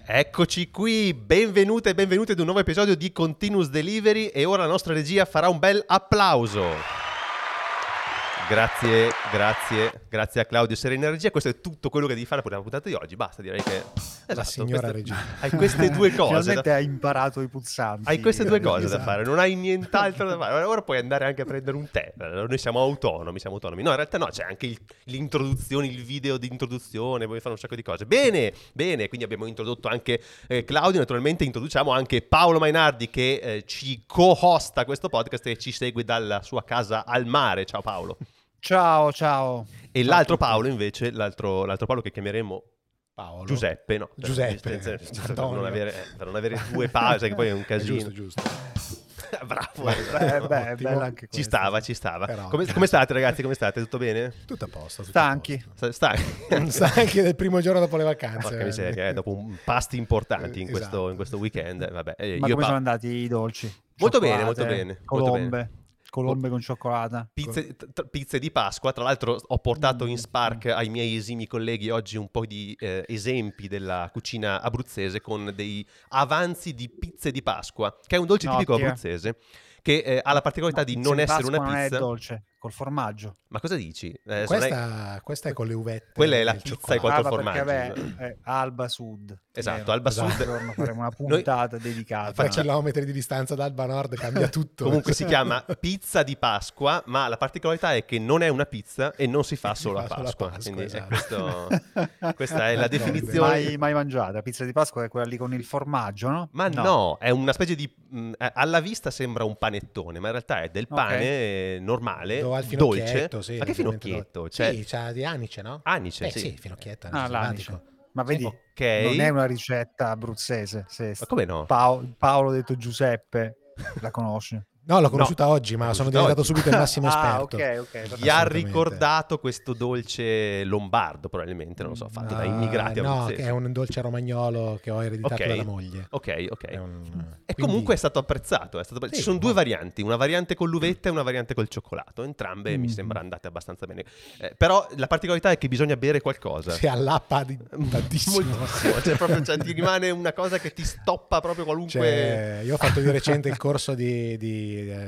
Eccoci qui, benvenute e benvenuti ad un nuovo episodio di Continuous Delivery e ora la nostra regia farà un bel applauso. Grazie a Claudio Serena Regia. Questo è tutto quello che devi fare per la puntata di oggi. Basta, direi che la signora regia. Hai queste due cose. Finalmente hai imparato i pulsanti. Hai queste due cose da fare, non hai nient'altro da fare. Ora puoi andare anche a prendere un tè. Noi siamo autonomi. No, in realtà no, c'è anche l'introduzione, il video di introduzione, vuoi fare un sacco di cose. Bene, quindi abbiamo introdotto anche Claudio, naturalmente introduciamo anche Paolo Mainardi che ci co-hosta questo podcast e ci segue dalla sua casa al mare. Ciao Paolo. Ciao. E l'altro Paolo invece, l'altro Paolo che chiameremo Paolo. Giuseppe, no? Giuseppe. Per non avere due Paolo, che poi è un casino. Giusto. Bravo. Bello anche ci questo. stava. Però, Come state ragazzi? Come state? Tutto bene? Tutto a posto. Stanchi. Stanchi del primo giorno dopo le vacanze. Porca miseria, dopo un pasti importanti in questo weekend. Vabbè, Ma come sono andati i dolci? Molto Cioccolate, bene. Colombe con cioccolata. Pizze di Pasqua. Tra l'altro ho portato in Spark ai miei esimi colleghi oggi un po' di esempi della cucina abruzzese con dei avanzi di pizze di Pasqua, che è un dolce tipico abruzzese che ha la particolarità di non essere una pizza. Non è dolce, col formaggio. Ma cosa dici? Questa è con le uvette. Quella è la pizza col formaggio. È Alba Sud. Esatto, Alba Sud. Faremo una puntata dedicata. A 3 chilometri di distanza da Alba Nord cambia tutto. Comunque si chiama pizza di Pasqua, ma la particolarità è che non è una pizza e non si fa solo a Pasqua. Quindi esatto. questa è la definizione. Mai mangiata? La pizza di Pasqua è quella lì con il formaggio, no? Ma no, è una specie di... alla vista sembra un panettone, ma in realtà è del pane normale, dolce. Sì, ma che finocchietto? Sì, c'ha di anice, no? Anice, sì. Sì, finocchietto, l'anice. Ma vedi, okay. Non è una ricetta abruzzese. Ma come no? Paolo detto Giuseppe, la conosci? No, l'ho conosciuta oggi, ma sono diventato subito il massimo esperto. Ok. Gli ha ricordato questo dolce lombardo, probabilmente, non lo so, fatto da immigrati abruzzesi. No, che è un dolce romagnolo che ho ereditato dalla moglie. Ok. E quindi... comunque è stato apprezzato. Sì, ci sono due varianti, una variante con l'uvetta e una variante col cioccolato. Entrambe mi sembra andate abbastanza bene. Però la particolarità è che bisogna bere qualcosa. Si allappa tantissimo. Cioè, ti rimane una cosa che ti stoppa proprio qualunque... io ho fatto di recente il corso di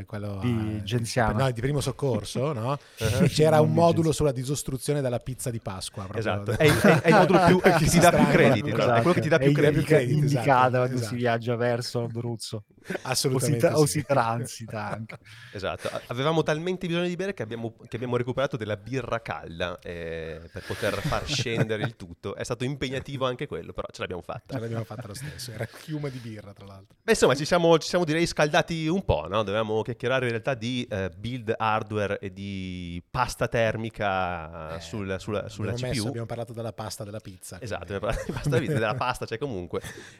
Genziano. No, di primo soccorso, no? C'era un modulo sulla disostruzione della pizza di Pasqua. Esatto, è il modulo più che ti dà più crediti. Esatto. È quello che ti dà più crediti. Indicata quando si viaggia verso Abruzzo. Assolutamente. O si transita anche. Esatto, avevamo talmente bisogno di bere che abbiamo recuperato della birra calda per poter far scendere il tutto. È stato impegnativo anche quello, però ce l'abbiamo fatta. Ce l'abbiamo fatta lo stesso, era chiuma di birra tra l'altro. Beh, insomma, ci siamo direi scaldati un po', no? Dovevamo chiacchierare in realtà di build hardware e di pasta termica sulla CPU. Abbiamo parlato della pasta della pizza. Esatto, abbiamo parlato di pasta della pasta, cioè comunque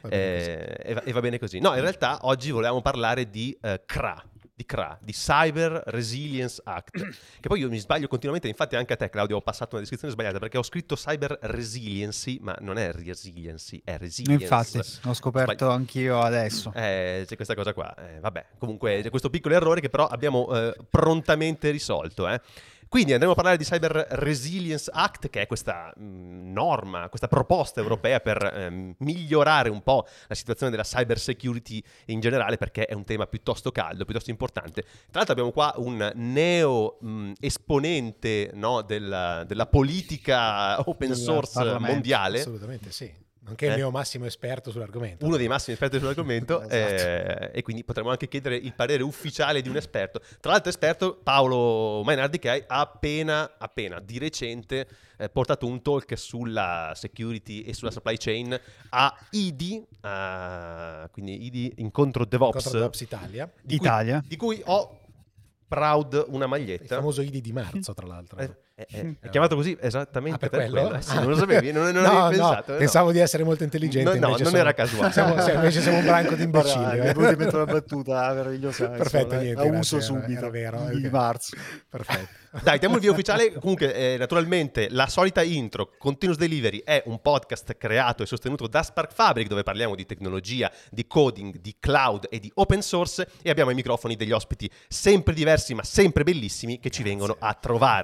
e va bene così. No, in realtà oggi volevamo parlare di CRA, di Cyber Resilience Act, che poi io mi sbaglio continuamente, infatti anche a te Claudio ho passato una descrizione sbagliata perché ho scritto Cyber Resiliency, ma non è Resiliency, è Resilience. Infatti, ho scoperto anch'io adesso. C'è questa cosa qua, vabbè, comunque c'è questo piccolo errore che però abbiamo prontamente risolto, Quindi andremo a parlare di Cyber Resilience Act, che è questa norma, questa proposta europea per migliorare un po' la situazione della cyber security in generale, perché è un tema piuttosto caldo, piuttosto importante. Tra l'altro abbiamo qua un neo esponente, no, della politica open source mondiale. Assolutamente sì. Nonché il mio massimo esperto sull'argomento. Uno dei massimi esperti sull'argomento. Esatto. E quindi potremmo anche chiedere il parere ufficiale di un esperto. Tra l'altro esperto Paolo Mainardi, che ha appena di recente portato un talk sulla security e sulla supply chain a IDI, quindi IDI Incontro DevOps Italia. Di cui ho proud una maglietta. Il famoso IDI di marzo, tra l'altro. È chiamato così esattamente per quello? Sì, non lo sapevi? Non no, avevi pensato? Pensavo di essere molto intelligente. No, non era casuale. Invece siamo un branco di imbecilli. Potete mettere una battuta meravigliosa. Perfetto, niente. La uso subito. Era vero. Di marzo. Perfetto. Dai, diamo il via ufficiale. Comunque, naturalmente, la solita intro, Continuous Delivery, è un podcast creato e sostenuto da Spark Fabric, dove parliamo di tecnologia, di coding, di cloud e di open source, e abbiamo ai microfoni degli ospiti sempre diversi, ma sempre bellissimi, che ci vengono a trovare.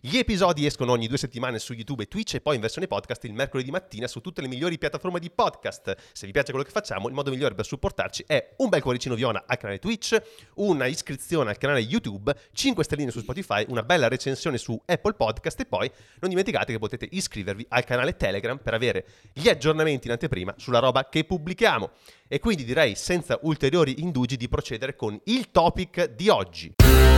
Gli episodi escono ogni 2 settimane su YouTube e Twitch e poi in versione podcast il mercoledì mattina su tutte le migliori piattaforme di podcast. Se vi piace quello che facciamo, il modo migliore per supportarci è un bel cuoricino viola al canale Twitch, una iscrizione al canale YouTube, 5 stelline su Spotify, una bella recensione su Apple Podcast e poi non dimenticate che potete iscrivervi al canale Telegram per avere gli aggiornamenti in anteprima sulla roba che pubblichiamo. E quindi direi senza ulteriori indugi di procedere con il topic di oggi.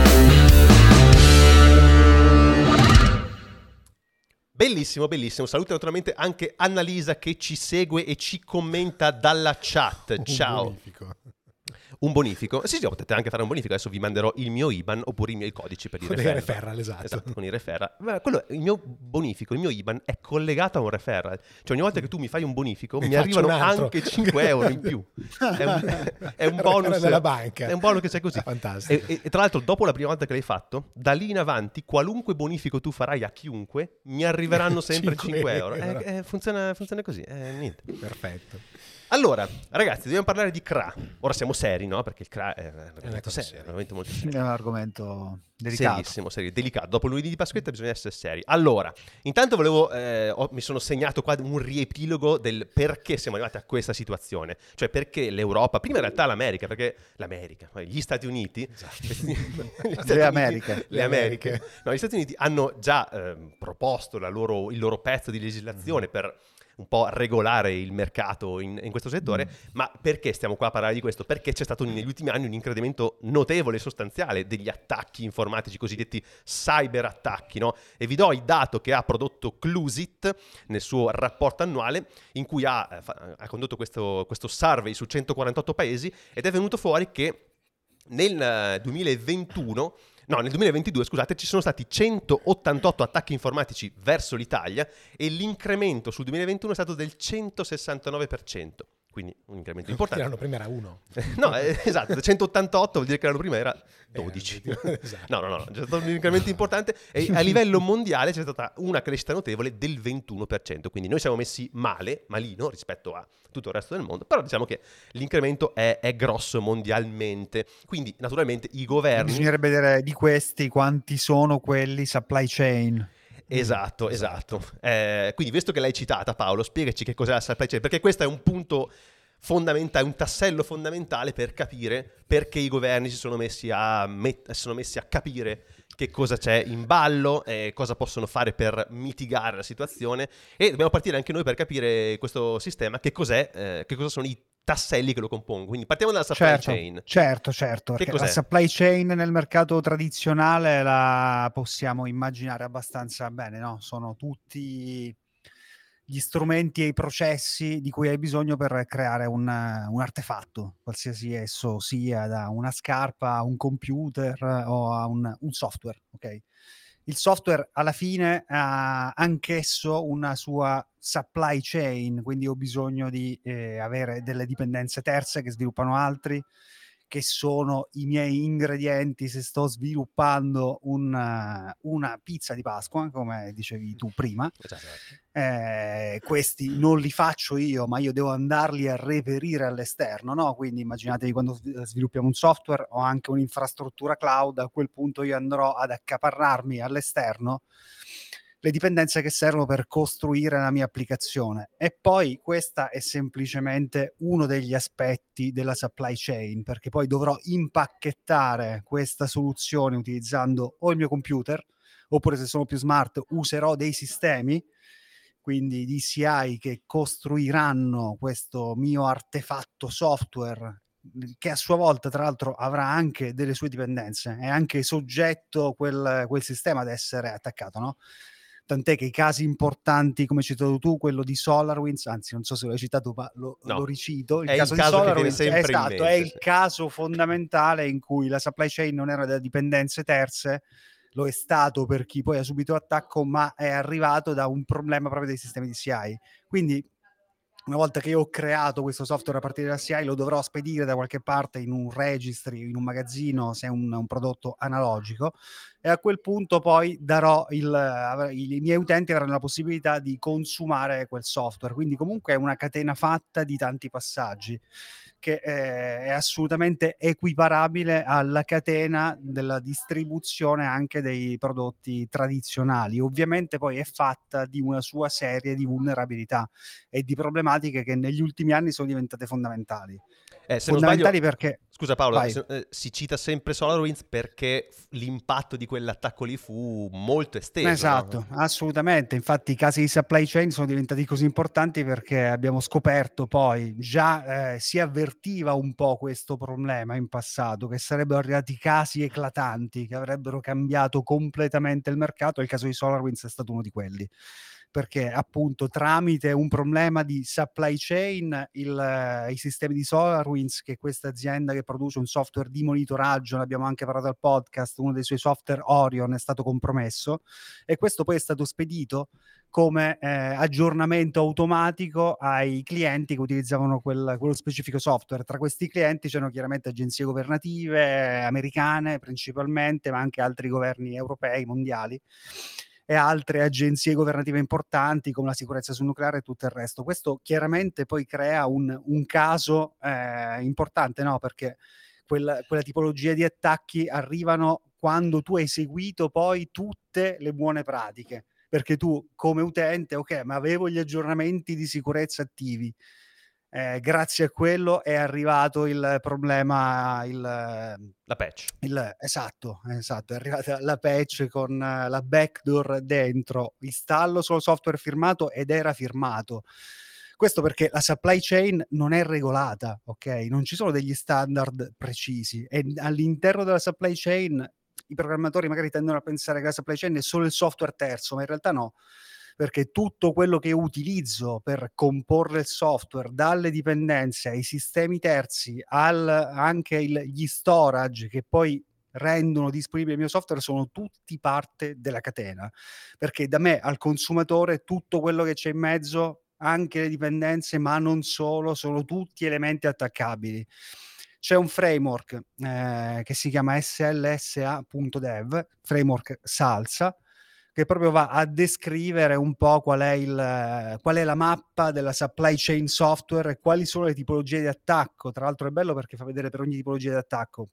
Bellissimo, bellissimo. Saluto naturalmente anche Annalisa che ci segue e ci commenta dalla chat. Ciao. Bonifico. Un bonifico? Sì, potete anche fare un bonifico. Adesso vi manderò il mio IBAN oppure i miei codici per i Con i referral. referral, esatto. Con i referral. Ma il mio bonifico, il mio IBAN è collegato a un referral. Cioè ogni volta che tu mi fai un bonifico mi arrivano anche 5 euro in più. È un bonus della banca. È un bonus che c'è così. Fantastico. E tra l'altro dopo la prima volta che l'hai fatto, da lì in avanti qualunque bonifico tu farai a chiunque mi arriveranno sempre 5 euro. Funziona così. Niente. Perfetto. Allora, ragazzi, dobbiamo parlare di CRA. Ora siamo seri, no? Perché il CRA è un argomento serio, veramente molto serio. È un argomento delicato. Serissimo, delicato. Dopo lunedì di Pasquetta bisogna essere seri. Allora, intanto mi sono segnato qua un riepilogo del perché siamo arrivati a questa situazione. Cioè perché l'Europa, prima in realtà l'America, perché l'America, gli Stati Uniti... Esatto. Le Americhe. No, gli Stati Uniti hanno già proposto il loro pezzo di legislazione per un po' regolare il mercato in questo settore, ma perché stiamo qua a parlare di questo? Perché c'è stato negli ultimi anni un incremento notevole e sostanziale degli attacchi informatici, cosiddetti cyber attacchi, no? E vi do il dato che ha prodotto Clusit nel suo rapporto annuale, in cui ha condotto questo survey su 148 paesi, ed è venuto fuori che nel 2022, scusate, ci sono stati 188 attacchi informatici verso l'Italia e l'incremento sul 2021 è stato del 169%. Quindi un incremento importante. L'anno prima era 1. No, esatto, 188 vuol dire che l'anno prima era 12. Esatto. No, c'è stato un incremento importante e a livello mondiale c'è stata una crescita notevole del 21%, quindi noi siamo messi malino rispetto a tutto il resto del mondo, però diciamo che l'incremento è grosso mondialmente, quindi naturalmente i governi... Bisognerebbe vedere di questi quanti sono quelli supply chain. Esatto. Quindi visto che l'hai citata, Paolo, spiegaci che cos'è la supply chain, perché questo è un punto fondamentale, un tassello fondamentale per capire perché i governi si sono messi a capire che cosa c'è in ballo, cosa possono fare per mitigare la situazione, e dobbiamo partire anche noi per capire questo sistema, che cosa sono i tasselli che lo compongono. Quindi partiamo dalla supply chain. Certo. Che cos'è? La supply chain nel mercato tradizionale la possiamo immaginare abbastanza bene, no? Sono tutti gli strumenti e i processi di cui hai bisogno per creare un artefatto, qualsiasi esso sia, da una scarpa a un computer o a un software, ok? Il software alla fine ha anch'esso una sua supply chain, quindi ho bisogno di avere delle dipendenze terze che sviluppano altri, che sono i miei ingredienti se sto sviluppando una pizza di Pasqua, come dicevi tu prima. Questi non li faccio io, ma io devo andarli a reperire all'esterno, no? Quindi immaginatevi quando sviluppiamo un software o anche un'infrastruttura cloud, a quel punto io andrò ad accaparrarmi all'esterno le dipendenze che servono per costruire la mia applicazione, e poi questa è semplicemente uno degli aspetti della supply chain, perché poi dovrò impacchettare questa soluzione utilizzando o il mio computer, oppure se sono più smart userò dei sistemi, quindi DCI, che costruiranno questo mio artefatto software, che a sua volta tra l'altro avrà anche delle sue dipendenze, è anche soggetto quel sistema ad essere attaccato, no? Tant'è che i casi importanti, come hai citato tu, quello di SolarWinds, anzi non so se l'hai citato, ma lo ricito, il caso di SolarWinds è il caso fondamentale in cui la supply chain non era da dipendenze terze, lo è stato per chi poi ha subito l'attacco, ma è arrivato da un problema proprio dei sistemi DCI. Quindi una volta che io ho creato questo software a partire da CI, lo dovrò spedire da qualche parte in un registry, in un magazzino, se è un prodotto analogico, e a quel punto poi i miei utenti avranno la possibilità di consumare quel software. Quindi comunque è una catena fatta di tanti passaggi che è assolutamente equiparabile alla catena della distribuzione anche dei prodotti tradizionali. Ovviamente poi è fatta di una sua serie di vulnerabilità e di problematiche che negli ultimi anni sono diventate fondamentali. Se non sbaglio, Perché... scusa Paolo, Vai. si cita sempre SolarWinds perché l'impatto di quell'attacco lì fu molto esteso. Esatto, no? assolutamente. Infatti i casi di supply chain sono diventati così importanti perché abbiamo scoperto poi, già si avvertiva un po' questo problema in passato, che sarebbero arrivati casi eclatanti che avrebbero cambiato completamente il mercato, e il caso di SolarWinds è stato uno di quelli. Perché appunto tramite un problema di supply chain i sistemi di SolarWinds, che è questa azienda che produce un software di monitoraggio, ne abbiamo anche parlato al podcast, uno dei suoi software Orion è stato compromesso, e questo poi è stato spedito come aggiornamento automatico ai clienti che utilizzavano quello specifico software. Tra questi clienti c'erano chiaramente agenzie governative americane principalmente, ma anche altri governi europei, mondiali, e altre agenzie governative importanti come la sicurezza sul nucleare e tutto il resto. Questo chiaramente poi crea un caso importante, no? Perché quella tipologia di attacchi arrivano quando tu hai seguito poi tutte le buone pratiche, perché tu come utente, ok, ma avevo gli aggiornamenti di sicurezza attivi, grazie a quello è arrivato il problema, La patch. esatto, è arrivata la patch con la backdoor dentro, installo solo software firmato ed era firmato. Questo perché la supply chain non è regolata, ok? Non ci sono degli standard precisi, e all'interno della supply chain i programmatori magari tendono a pensare che la supply chain è solo il software terzo, ma in realtà no, perché tutto quello che utilizzo per comporre il software, dalle dipendenze ai sistemi terzi, anche gli storage che poi rendono disponibile il mio software, sono tutti parte della catena, perché da me al consumatore tutto quello che c'è in mezzo, anche le dipendenze, ma non solo, sono tutti elementi attaccabili. C'è un framework che si chiama slsa.dev, framework Salsa, che proprio va a descrivere un po' qual è la mappa della supply chain software e quali sono le tipologie di attacco. Tra l'altro è bello perché fa vedere per ogni tipologia di attacco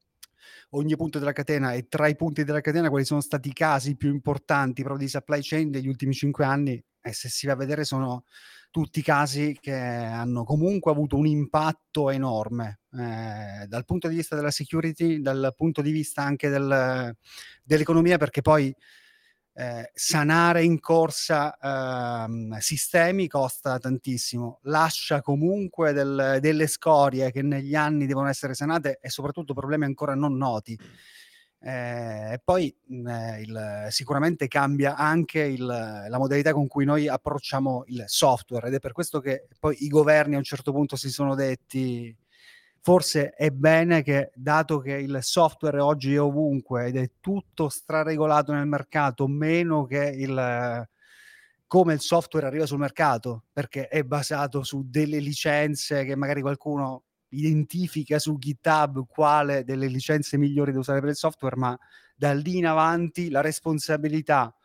ogni punto della catena, e tra i punti della catena quali sono stati i casi più importanti proprio di supply chain degli ultimi 5 anni, e se si va a vedere sono tutti casi che hanno comunque avuto un impatto enorme dal punto di vista della security, dal punto di vista anche dell'economia, perché poi sanare in corsa sistemi costa tantissimo, lascia comunque delle scorie che negli anni devono essere sanate, e soprattutto problemi ancora non noti. E poi sicuramente cambia anche la modalità con cui noi approcciamo il software, ed è per questo che poi i governi a un certo punto si sono detti: forse è bene che, dato che il software oggi è ovunque ed è tutto straregolato nel mercato, meno che come il software arriva sul mercato, perché è basato su delle licenze che magari qualcuno identifica su GitHub quale delle licenze migliori da usare per il software, ma da lì in avanti la responsabilità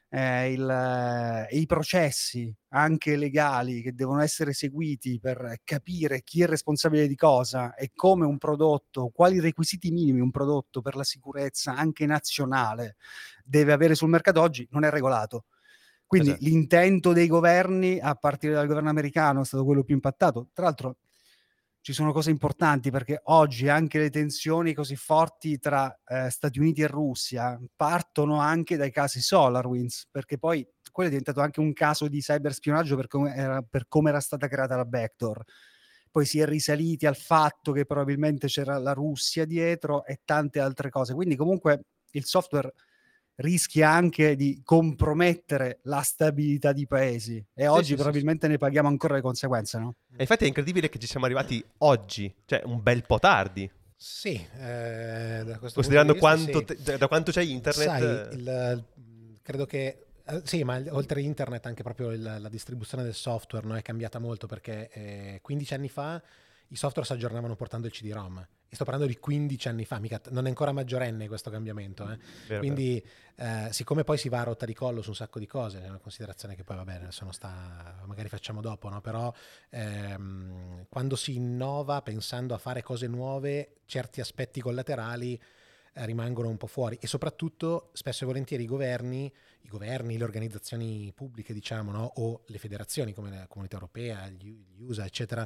i processi anche legali che devono essere seguiti per capire chi è responsabile di cosa e come un prodotto, quali requisiti minimi un prodotto per la sicurezza anche nazionale deve avere sul mercato, oggi non è regolato. Quindi Esatto. L'intento dei governi, a partire dal governo americano, è stato quello più impattato. Tra l'altro ci sono cose importanti, perché oggi anche le tensioni così forti tra Stati Uniti e Russia partono anche dai casi SolarWinds, perché poi quello è diventato anche un caso di cyberspionaggio per come era stata creata la backdoor. Poi si è risaliti al fatto che probabilmente c'era la Russia dietro e tante altre cose. Quindi comunque il software rischia anche di compromettere la stabilità di paesi, e oggi probabilmente ne paghiamo ancora le conseguenze, no? E infatti è incredibile che ci siamo arrivati oggi, cioè un bel po' tardi. Sì, da questo Considerando punto di vista, quanto, da quanto c'è internet. Sai, credo che sì, ma oltre internet anche proprio la distribuzione del software, no, è cambiata molto, perché 15 anni fa i software si aggiornavano portando il CD-ROM, e sto parlando di 15 anni fa, mica non è ancora maggiorenne questo cambiamento, Vero, quindi siccome poi si va a rotta di collo su un sacco di cose, è una considerazione che poi va bene, adesso magari facciamo dopo, no? Però quando si innova pensando a fare cose nuove, certi aspetti collaterali rimangono un po' fuori, e soprattutto spesso e volentieri i governi, le organizzazioni pubbliche, diciamo, no? O le federazioni come la Comunità Europea, gli USA, eccetera,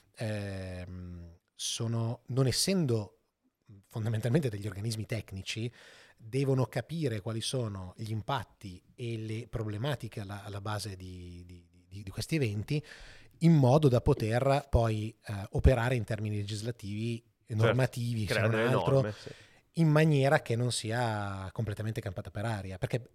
non essendo fondamentalmente degli organismi tecnici, devono capire quali sono gli impatti e le problematiche alla base di questi eventi, in modo da poter poi operare in termini legislativi e normativi, se non altro, norme, sì, in maniera che non sia completamente campata per aria. Perché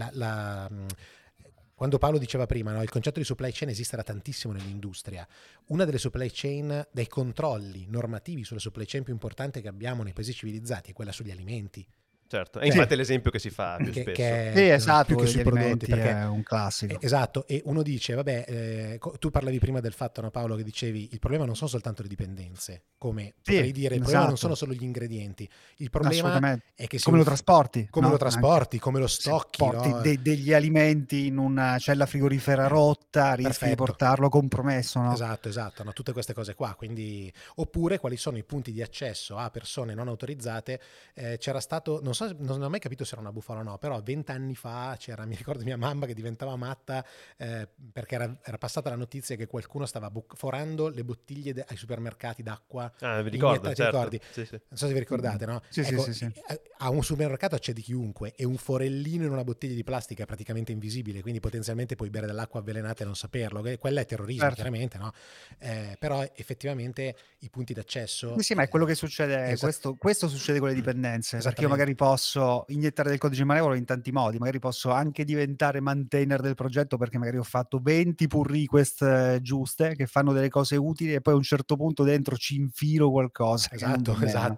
quando Paolo diceva prima, no, il concetto di supply chain esiste da tantissimo nell'industria. Una delle supply chain, dei controlli normativi sulle supply chain più importanti che abbiamo nei paesi civilizzati, è quella sugli alimenti. Certo, e infatti è l'esempio che si fa più spesso. Esatto, più che sui prodotti, perché è un classico. Esatto, e uno dice, vabbè, tu parlavi prima del fatto, no, Paolo, che dicevi il problema non sono soltanto le dipendenze, come potrei dire, il problema non sono solo gli ingredienti, il problema è che come lo trasporti, come lo stocchi, porti degli alimenti in una cella frigorifera rotta, rischi di portarlo compromesso, no? Esatto, no? Tutte queste cose qua, quindi, oppure quali sono i punti di accesso a persone non autorizzate. C'era stato, non ho mai capito se era una bufala o no, però 20 anni fa mi ricordo mia mamma che diventava matta perché era passata la notizia che qualcuno stava forando le bottiglie ai supermercati d'acqua. Vi ricordo, certo. Ricordi? Sì. Non so se vi ricordate, no? Sì. A un supermercato accede chiunque e un forellino in una bottiglia di plastica è praticamente invisibile, quindi potenzialmente puoi bere dell'acqua avvelenata e non saperlo. Quella è terrorismo, certo, chiaramente, no? Però effettivamente i punti d'accesso... Sì, ma è quello che succede, questo succede con le dipendenze, perché io magari posso iniettare del codice malevolo in tanti modi, magari posso anche diventare maintainer del progetto perché magari ho fatto 20 pull request giuste che fanno delle cose utili e poi a un certo punto dentro ci infilo qualcosa. Esatto.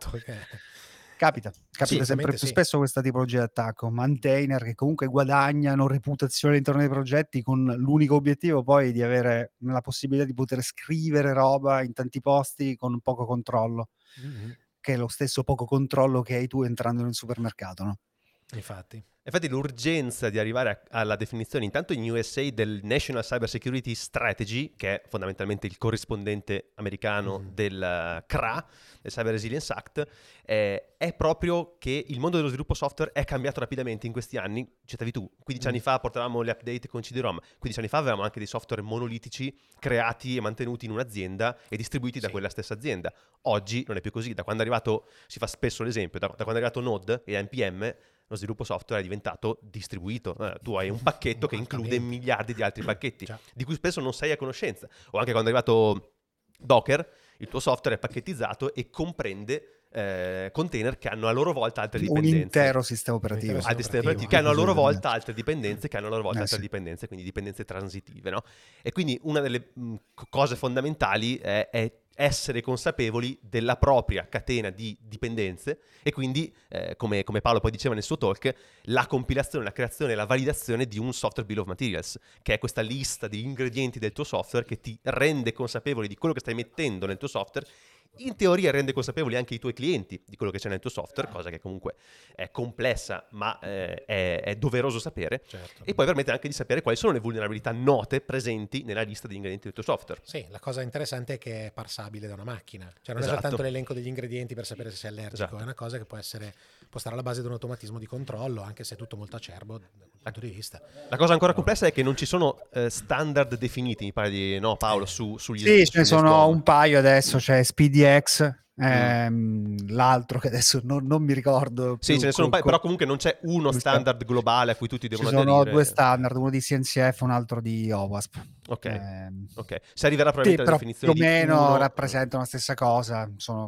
Capita sempre più spesso questa tipologia di attacco, maintainer che comunque guadagnano reputazione all'interno dei progetti con l'unico obiettivo poi di avere la possibilità di poter scrivere roba in tanti posti con poco controllo, che è lo stesso poco controllo che hai tu entrando in un supermercato, no? Infatti l'urgenza di arrivare alla definizione intanto in USA del National Cyber Security Strategy, che è fondamentalmente il corrispondente americano del CRA, del Cyber Resilience Act, è proprio che il mondo dello sviluppo software è cambiato rapidamente in questi anni. Citavi tu, 15 anni fa portavamo le update con CD-ROM, 15 anni fa avevamo anche dei software monolitici creati e mantenuti in un'azienda e distribuiti da quella stessa azienda. Oggi non è più così, da quando è arrivato, si fa spesso l'esempio, da quando è arrivato Node e NPM, lo sviluppo software è diventato distribuito. Tu hai un pacchetto che include miliardi di altri pacchetti, di cui spesso non sei a conoscenza. O anche quando è arrivato Docker, il tuo software è pacchettizzato e comprende container che hanno a loro volta altre dipendenze. Un intero sistema operativo. Che hanno a loro volta altre dipendenze, che hanno a loro volta altre dipendenze, quindi dipendenze transitive, no? E quindi una delle cose fondamentali è essere consapevoli della propria catena di dipendenze e quindi, come Paolo poi diceva nel suo talk, la compilazione, la creazione e la validazione di un software bill of materials, che è questa lista di ingredienti del tuo software che ti rende consapevoli di quello che stai mettendo nel tuo software. In teoria rende consapevoli anche i tuoi clienti di quello che c'è nel tuo software, cosa che comunque è complessa, ma è doveroso sapere. Certo. E poi permette anche di sapere quali sono le vulnerabilità note presenti nella lista degli ingredienti del tuo software. Sì, la cosa interessante è che è parsabile da una macchina. Cioè non è soltanto l'elenco degli ingredienti per sapere se sei allergico, è una cosa che può stare alla base di un automatismo di controllo, anche se è tutto molto acerbo da quel punto di vista. La cosa ancora complessa è che non ci sono standard definiti, mi pare di Paolo, sugli Sì, ce ne sono un paio adesso, c'è SPDX, l'altro che adesso non mi ricordo più. Sì, ce ne sono un paio, però comunque non c'è uno standard globale a cui tutti devono aderire. Ci sono due standard, uno di CNCF e un altro di OWASP. Ok. Se arriverà probabilmente la definizione più o meno rappresentano la stessa cosa,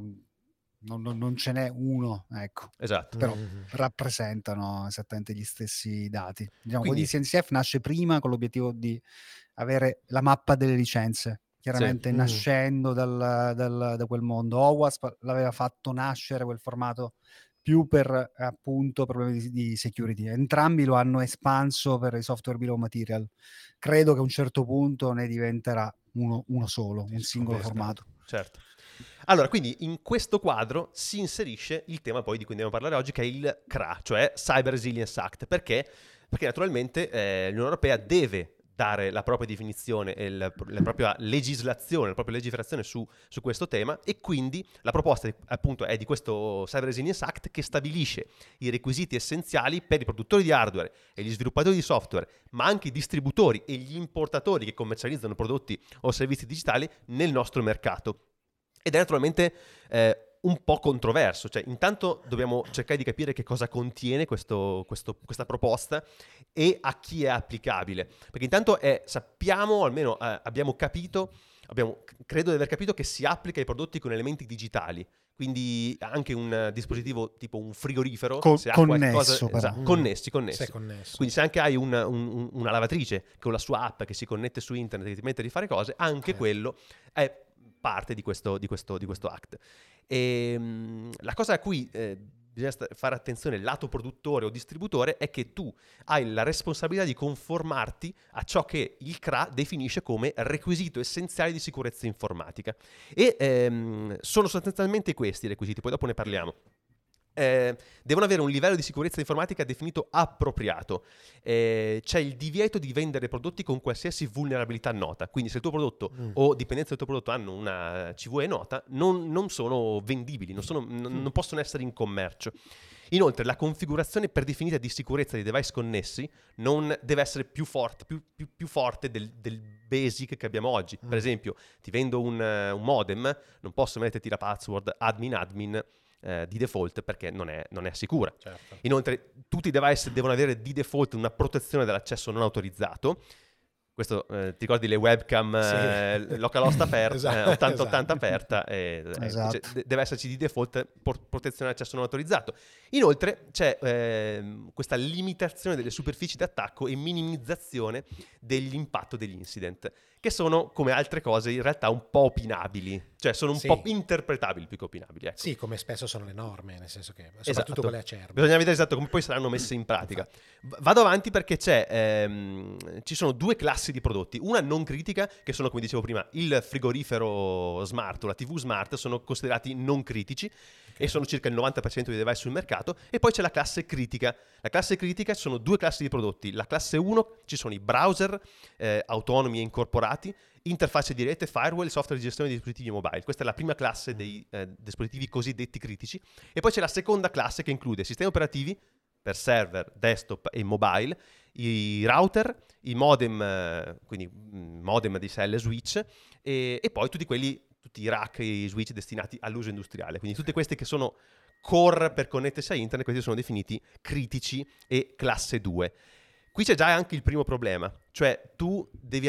non ce n'è uno, ecco. Esatto. Però rappresentano esattamente gli stessi dati. Diciamo, quello di CNCF nasce prima con l'obiettivo di avere la mappa delle licenze, chiaramente nascendo da quel mondo. OWASP l'aveva fatto nascere quel formato più per appunto problemi di security. Entrambi lo hanno espanso per i software bill of material. Credo che a un certo punto ne diventerà uno solo, un singolo formato. Certo. Allora, quindi in questo quadro si inserisce il tema poi di cui andiamo a parlare oggi, che è il CRA, cioè Cyber Resilience Act. Perché? Perché naturalmente l'Unione Europea deve dare la propria definizione e la propria legislazione, la propria legiferazione su questo tema, e quindi la proposta appunto è di questo Cyber Resilience Act, che stabilisce i requisiti essenziali per i produttori di hardware e gli sviluppatori di software, ma anche i distributori e gli importatori che commercializzano prodotti o servizi digitali nel nostro mercato. Ed è naturalmente un po' controverso, cioè intanto dobbiamo cercare di capire che cosa contiene questa proposta e a chi è applicabile, perché intanto sappiamo, almeno abbiamo capito, credo di aver capito che si applica ai prodotti con elementi digitali, quindi anche un dispositivo tipo un frigorifero, se ha connesso, qualcosa, connessi. Se è connesso. Quindi se anche hai una lavatrice con la sua app che si connette su internet e ti permette di fare cose, anche quello è parte di questo act. E la cosa a cui bisogna fare attenzione lato produttore o distributore è che tu hai la responsabilità di conformarti a ciò che il CRA definisce come requisito essenziale di sicurezza informatica, e sono sostanzialmente questi i requisiti, poi dopo ne parliamo. Devono avere un livello di sicurezza informatica definito appropriato. C'è il divieto di vendere prodotti con qualsiasi vulnerabilità nota, quindi se il tuo prodotto o dipendenze del tuo prodotto hanno una CVE nota, non sono vendibili, non possono essere in commercio. Inoltre la configurazione predefinita di sicurezza dei device connessi non deve essere più forte del basic che abbiamo oggi. Per esempio, ti vendo un modem, non posso metterti la password admin di default, perché non è sicura. Certo. Inoltre tutti i device devono avere di default una protezione dall'accesso non autorizzato. Questo ti ricordi le webcam localhost aperta, Esatto, 8080 aperta, Esatto. cioè, deve esserci di default protezione all'accesso non autorizzato. Inoltre c'è questa limitazione delle superfici d'attacco e minimizzazione dell'impatto degli incident, che sono, come altre cose, in realtà un po' opinabili, cioè sono un po' interpretabili più che opinabili. Ecco. Sì, come spesso sono le norme, nel senso che soprattutto quelle acerbe. Bisogna vedere esatto come poi saranno messe in pratica. Vado avanti perché ci sono due classi di prodotti, una non critica, che sono, come dicevo prima, il frigorifero smart o la TV smart, sono considerati non critici, e sono circa il 90% dei device sul mercato. E poi c'è la classe critica. La classe critica sono due classi di prodotti. La classe 1 ci sono i browser autonomi e incorporati, interfacce di rete, firewall, software di gestione dei dispositivi mobile. Questa è la prima classe dei dispositivi cosiddetti critici. E poi c'è la seconda classe, che include sistemi operativi per server, desktop e mobile, i router, i modem, quindi modem di cell switch, e poi tutti i rack e i switch destinati all'uso industriale. Quindi tutti questi che sono core per connettersi a internet, questi sono definiti critici e classe 2. Qui c'è già anche il primo problema, cioè tu devi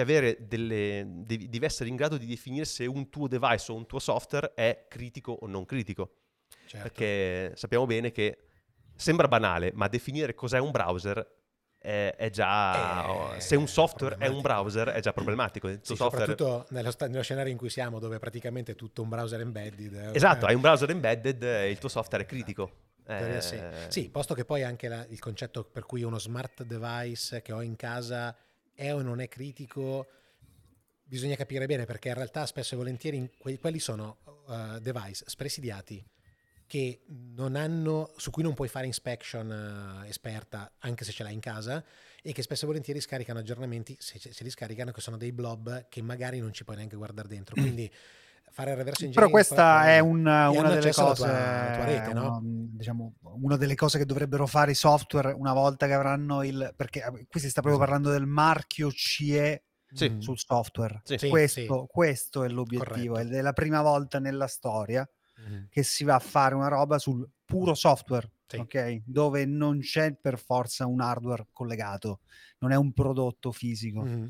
essere in grado di definire se un tuo device o un tuo software è critico o non critico. Certo. Perché sappiamo bene che sembra banale, ma definire cos'è un browser è già... se un software è un browser è già problematico. Soprattutto nello scenario in cui siamo, dove praticamente è tutto un browser embedded. Esatto, hai un browser embedded e il tuo software è critico. Sì, posto che poi anche il concetto per cui uno smart device che ho in casa è o non è critico, bisogna capire bene, perché in realtà spesso e volentieri quelli sono device spresidiati che su cui non puoi fare inspection esperta anche se ce l'hai in casa, e che spesso e volentieri scaricano aggiornamenti, se li scaricano, che sono dei blob che magari non ci puoi neanche guardare dentro. Quindi fare il reverse engineering. Però questa è una delle cose, alla tua rete, no? Diciamo, una delle cose che dovrebbero fare i software una volta che avranno perché qui si sta proprio parlando del marchio CE sul software. Sì. Questo è l'obiettivo. Corretto. Ed è la prima volta nella storia che si va a fare una roba sul puro software, ok? Dove non c'è per forza un hardware collegato, non è un prodotto fisico. Non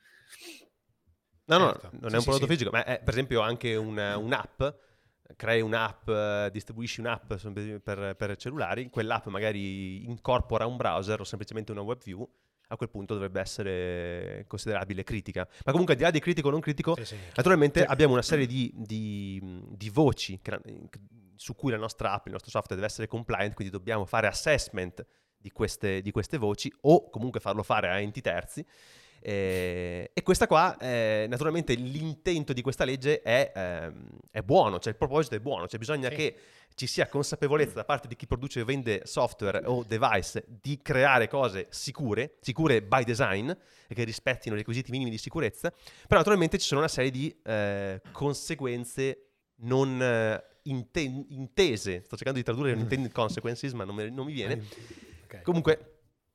è un prodotto fisico, ma è per esempio anche un'app. Crei un'app, distribuisci un'app per cellulari, quell'app magari incorpora un browser o semplicemente una web view, a quel punto dovrebbe essere considerabile critica. Ma comunque, al di là di critico o non critico, naturalmente abbiamo una serie di voci su cui la nostra app, il nostro software deve essere compliant, quindi dobbiamo fare assessment di queste voci, o comunque farlo fare a enti terzi. E questa qua, naturalmente, l'intento di questa legge è buono, cioè il proposito è buono, cioè bisogna che ci sia consapevolezza da parte di chi produce e vende software o device di creare cose sicure by design, e che rispettino i requisiti minimi di sicurezza, però naturalmente ci sono una serie di conseguenze non intese. Sto cercando di tradurre unintended consequences, ma non mi viene. Okay. Comunque...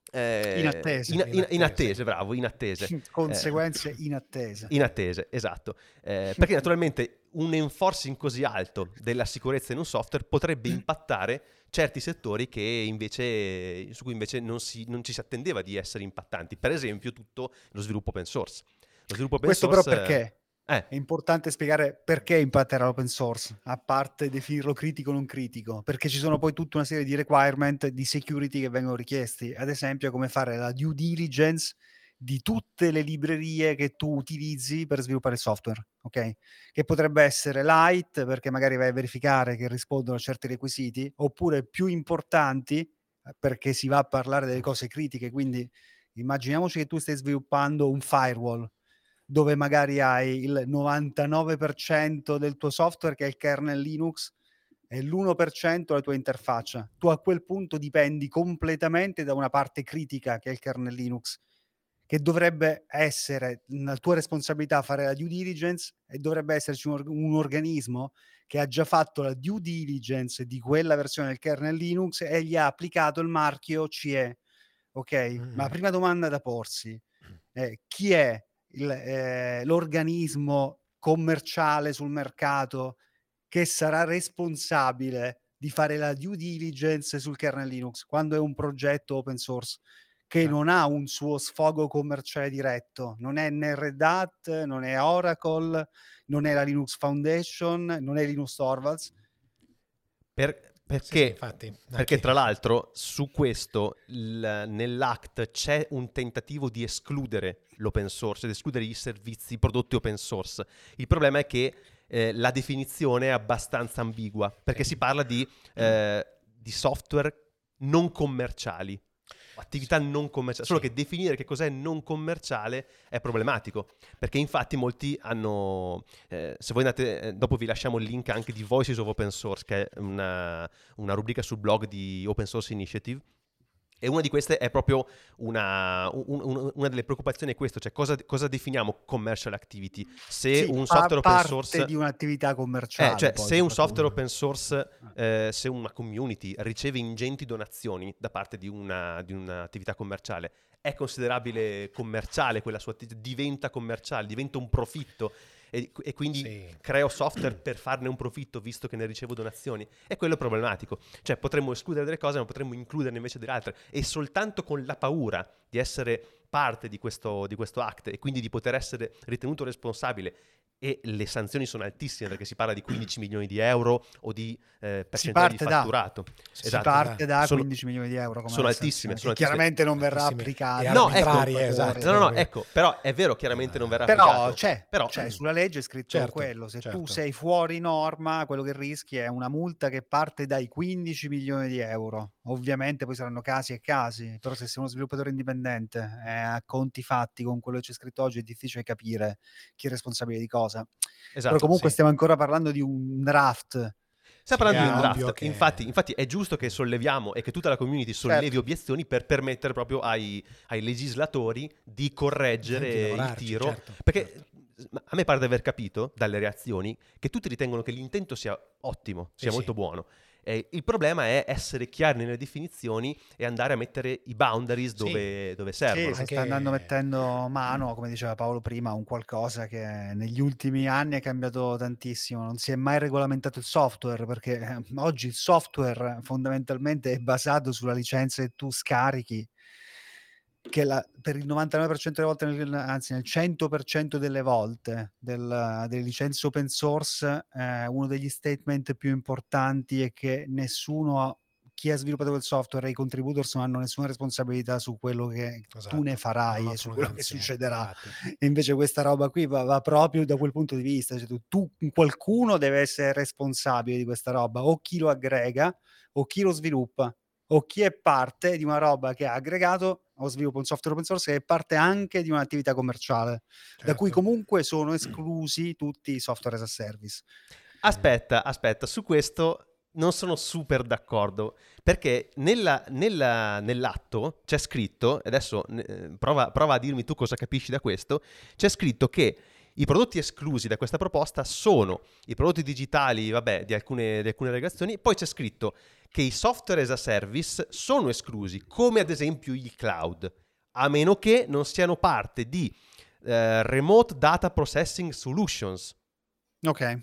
inattese. bravo, inattese. Conseguenze inattese. Inattese, esatto. Perché naturalmente un enforcing così alto della sicurezza in un software potrebbe impattare certi settori su cui invece non ci si attendeva di essere impattanti. Per esempio tutto lo sviluppo open source. Lo sviluppo open Questo source, però perché? È importante spiegare perché impatterà l'open source, a parte definirlo critico o non critico, perché ci sono poi tutta una serie di requirement di security che vengono richiesti, ad esempio come fare la due diligence di tutte le librerie che tu utilizzi per sviluppare software, ok? Che potrebbe essere light, perché magari vai a verificare che rispondono a certi requisiti, oppure più importanti, perché si va a parlare delle cose critiche, quindi immaginiamoci che tu stai sviluppando un firewall, dove magari hai il 99% del tuo software che è il kernel Linux e l'1% la tua interfaccia. Tu a quel punto dipendi completamente da una parte critica che è il kernel Linux, che dovrebbe essere una tua responsabilità fare la due diligence, e dovrebbe esserci un organismo che ha già fatto la due diligence di quella versione del kernel Linux e gli ha applicato il marchio CE. Ok? Ma la prima domanda da porsi è: chi è l'organismo commerciale sul mercato che sarà responsabile di fare la due diligence sul kernel Linux quando è un progetto open source che non ha un suo sfogo commerciale diretto? Non è né Red Hat, non è Oracle, non è la Linux Foundation, non è Linus Torvalds. Perché, infatti, perché tra l'altro su questo nell'Act c'è un tentativo di escludere l'open source, di escludere i servizi, i prodotti open source. Il problema è che la definizione è abbastanza ambigua, perché si parla di software non commerciali, attività non commerciali, solo che definire che cos'è non commerciale è problematico, perché infatti molti hanno, se voi andate, dopo vi lasciamo il link anche di Voices of Open Source, che è una rubrica sul blog di Open Source Initiative, e una di queste è proprio una delle preoccupazioni è questo, cioè cosa definiamo commercial activity? Se un software open source di un'attività commerciale, cioè se un software open source, se una community riceve ingenti donazioni da parte di un'attività commerciale, è considerabile commerciale quella sua attività, diventa commerciale, diventa un profitto, e quindi creo software per farne un profitto visto che ne ricevo donazioni. E quello è problematico, cioè potremmo escludere delle cose ma potremmo includerne invece delle altre, e soltanto con la paura di essere parte di questo act e quindi di poter essere ritenuto responsabile, e le sanzioni sono altissime perché si parla di 15 milioni di euro o di percentuale di fatturato. Si parte da 15 milioni di euro. Sono altissime. Chiaramente non verrà applicata. Ecco, però è vero, chiaramente non verrà applicato. Però c'è sulla legge è scritto quello. Se tu sei fuori norma, quello che rischi è una multa che parte dai 15 milioni di euro. Ovviamente poi saranno casi e casi, però se sei uno sviluppatore indipendente a conti fatti con quello che c'è scritto oggi è difficile capire chi è responsabile di cosa. Però comunque stiamo ancora parlando di un draft. Stiamo parlando di un draft, infatti è giusto che solleviamo e che tutta la community sollevi obiezioni per permettere proprio ai legislatori di correggere il tiro, perché a me pare di aver capito dalle reazioni che tutti ritengono che l'intento sia ottimo, sia molto buono. Il problema è essere chiari nelle definizioni e andare a mettere i boundaries dove servono. Si sta andando mettendo mano, come diceva Paolo prima, un qualcosa che negli ultimi anni è cambiato tantissimo. Non si è mai regolamentato il software, perché oggi il software fondamentalmente è basato sulla licenza che tu scarichi, che per il 99% delle volte, anzi nel 100% delle volte delle licenze open source, uno degli statement più importanti è che chi ha sviluppato quel software e i contributors non hanno nessuna responsabilità su quello che tu ne farai e su quello che succederà. E invece questa roba qui va proprio da quel punto di vista, cioè qualcuno deve essere responsabile di questa roba, o chi lo aggrega o chi lo sviluppa. o chi è parte di una roba che ha aggregato o sviluppa un software open source che è parte anche di un'attività commerciale, da cui Certo. comunque sono esclusi tutti i software as a service. Aspetta, su questo non sono super d'accordo, perché nell'atto c'è scritto, e adesso prova a dirmi tu cosa capisci da questo, c'è scritto che i prodotti esclusi da questa proposta sono i prodotti digitali, vabbè, di alcune regolazioni, poi c'è scritto che i software as a service sono esclusi, come ad esempio il cloud, a meno che non siano parte di Remote Data Processing Solutions. Ok.